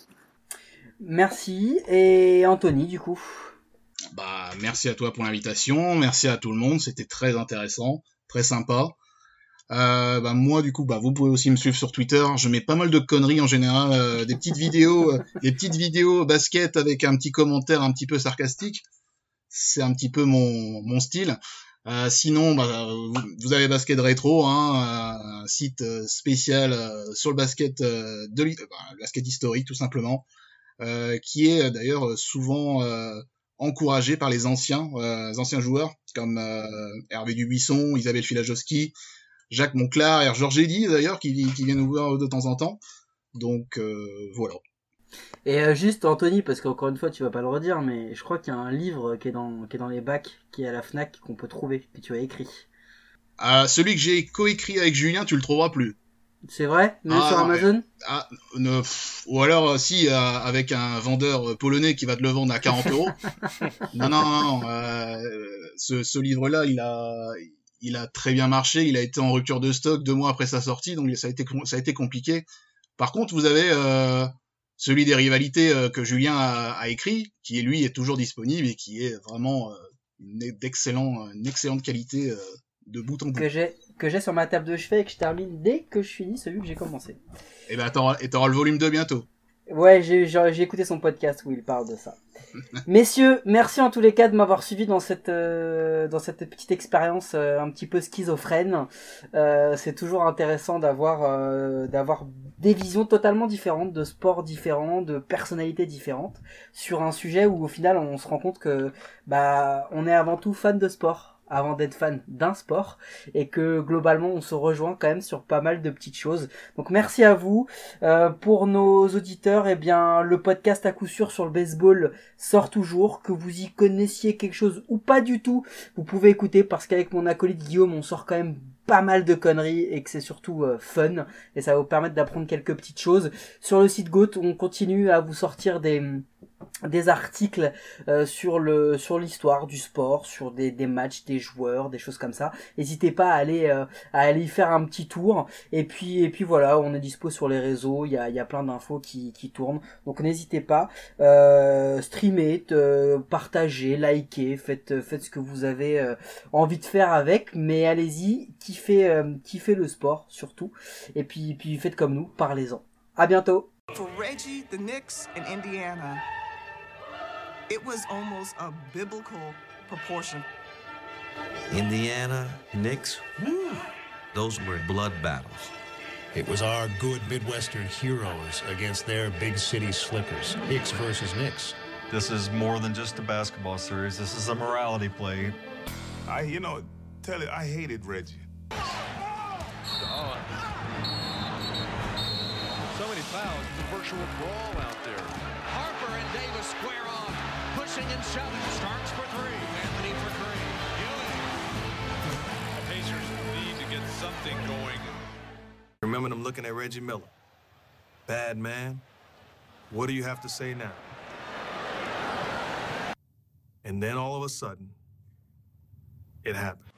Merci. Et Anthony, du coup? Bah, merci à toi pour l'invitation, merci à tout le monde, c'était très intéressant, très sympa. Euh, bah moi du coup bah vous pouvez aussi me suivre sur Twitter, je mets pas mal de conneries en général, euh, des petites vidéos, euh, des petites vidéos basket avec un petit commentaire un petit peu sarcastique. c'est un petit peu mon, mon style. Euh, sinon, bah, vous, vous avez Basket Rétro, hein, un site spécial euh, sur le basket euh, de euh, bah, le basket historique tout simplement, euh, qui est d'ailleurs souvent euh, encouragé par les anciens, euh, les anciens joueurs comme euh, Hervé Dubuisson, Isabelle Filajowski, Jacques Monclar, et Georges Eddy d'ailleurs qui, qui vient nous voir de temps en temps. Donc euh, voilà. Et euh, juste Anthony, parce qu'encore une fois tu vas pas le redire, mais je crois qu'il y a un livre qui est dans qui est dans les bacs, qui est à la Fnac, qu'on peut trouver, que tu as écrit. Ah, celui que j'ai coécrit avec Julien, tu le trouveras plus. C'est vrai? Même Ah, sur non, Amazon? mais- ah, ne, pff, ou alors euh, si euh, avec un vendeur polonais qui va te le vendre à quarante euros. Non, non, non, non. Euh, ce, ce livre-là, il a, il a très bien marché. Il a été en rupture de stock deux mois après sa sortie, donc ça a été, ça a été compliqué. Par contre, vous avez euh, celui des rivalités euh, que Julien a, a écrit, qui lui est toujours disponible et qui est vraiment euh, une, d'excellent, une excellente qualité euh, de bout en bout. Que j'ai que j'ai sur ma table de chevet et que je termine dès que je finis celui que j'ai commencé. Et ben t'auras, et t'auras le volume deux bientôt. Ouais, j'ai j'ai j'ai écouté son podcast où il parle de ça. Messieurs, merci en tous les cas de m'avoir suivi dans cette euh, dans cette petite expérience euh, un petit peu schizophrène. Euh, c'est toujours intéressant d'avoir euh, d'avoir des visions totalement différentes, de sports différents, de personnalités différentes sur un sujet où au final on se rend compte que bah on est avant tout fan de sport avant d'être fan d'un sport et que globalement on se rejoint quand même sur pas mal de petites choses. Donc merci à vous. Euh, pour nos auditeurs, eh bien le podcast à coup sûr sur le baseball sort toujours, que vous y connaissiez quelque chose ou pas du tout, vous pouvez écouter parce qu'avec mon acolyte Guillaume on sort quand même pas mal de conneries et que c'est surtout euh, fun et ça va vous permettre d'apprendre quelques petites choses. Sur le site Goat, on continue à vous sortir des des articles euh, sur le sur l'histoire du sport, sur des des matchs, des joueurs, des choses comme ça. N'hésitez pas à aller euh, à aller y faire un petit tour et puis et puis voilà, on est dispo sur les réseaux, il y a il y a plein d'infos qui qui tournent. Donc n'hésitez pas, euh, streamez, euh, partagez, likez, faites faites ce que vous avez euh, envie de faire avec, mais allez-y, kiffez euh, kiffez le sport surtout et puis puis faites comme nous, parlez-en. À bientôt. For Reggie, the Knicks in Indiana, it was almost a biblical proportion. Indiana, Knicks, whew, those were blood battles. It was our good Midwestern heroes against their big city slickers. Knicks versus Knicks. This is more than just a basketball series. This is a morality play. I, you know, tell it, I hated Reggie. Oh. So many fouls. It's a virtual brawl out there. Harper and Davis square off. Pushing and shoving. Starks for three. Anthony for three. Ewing. The Pacers need to get something going. Remember them looking at Reggie Miller. Bad man. What do you have to say now? And then all of a sudden, it happened.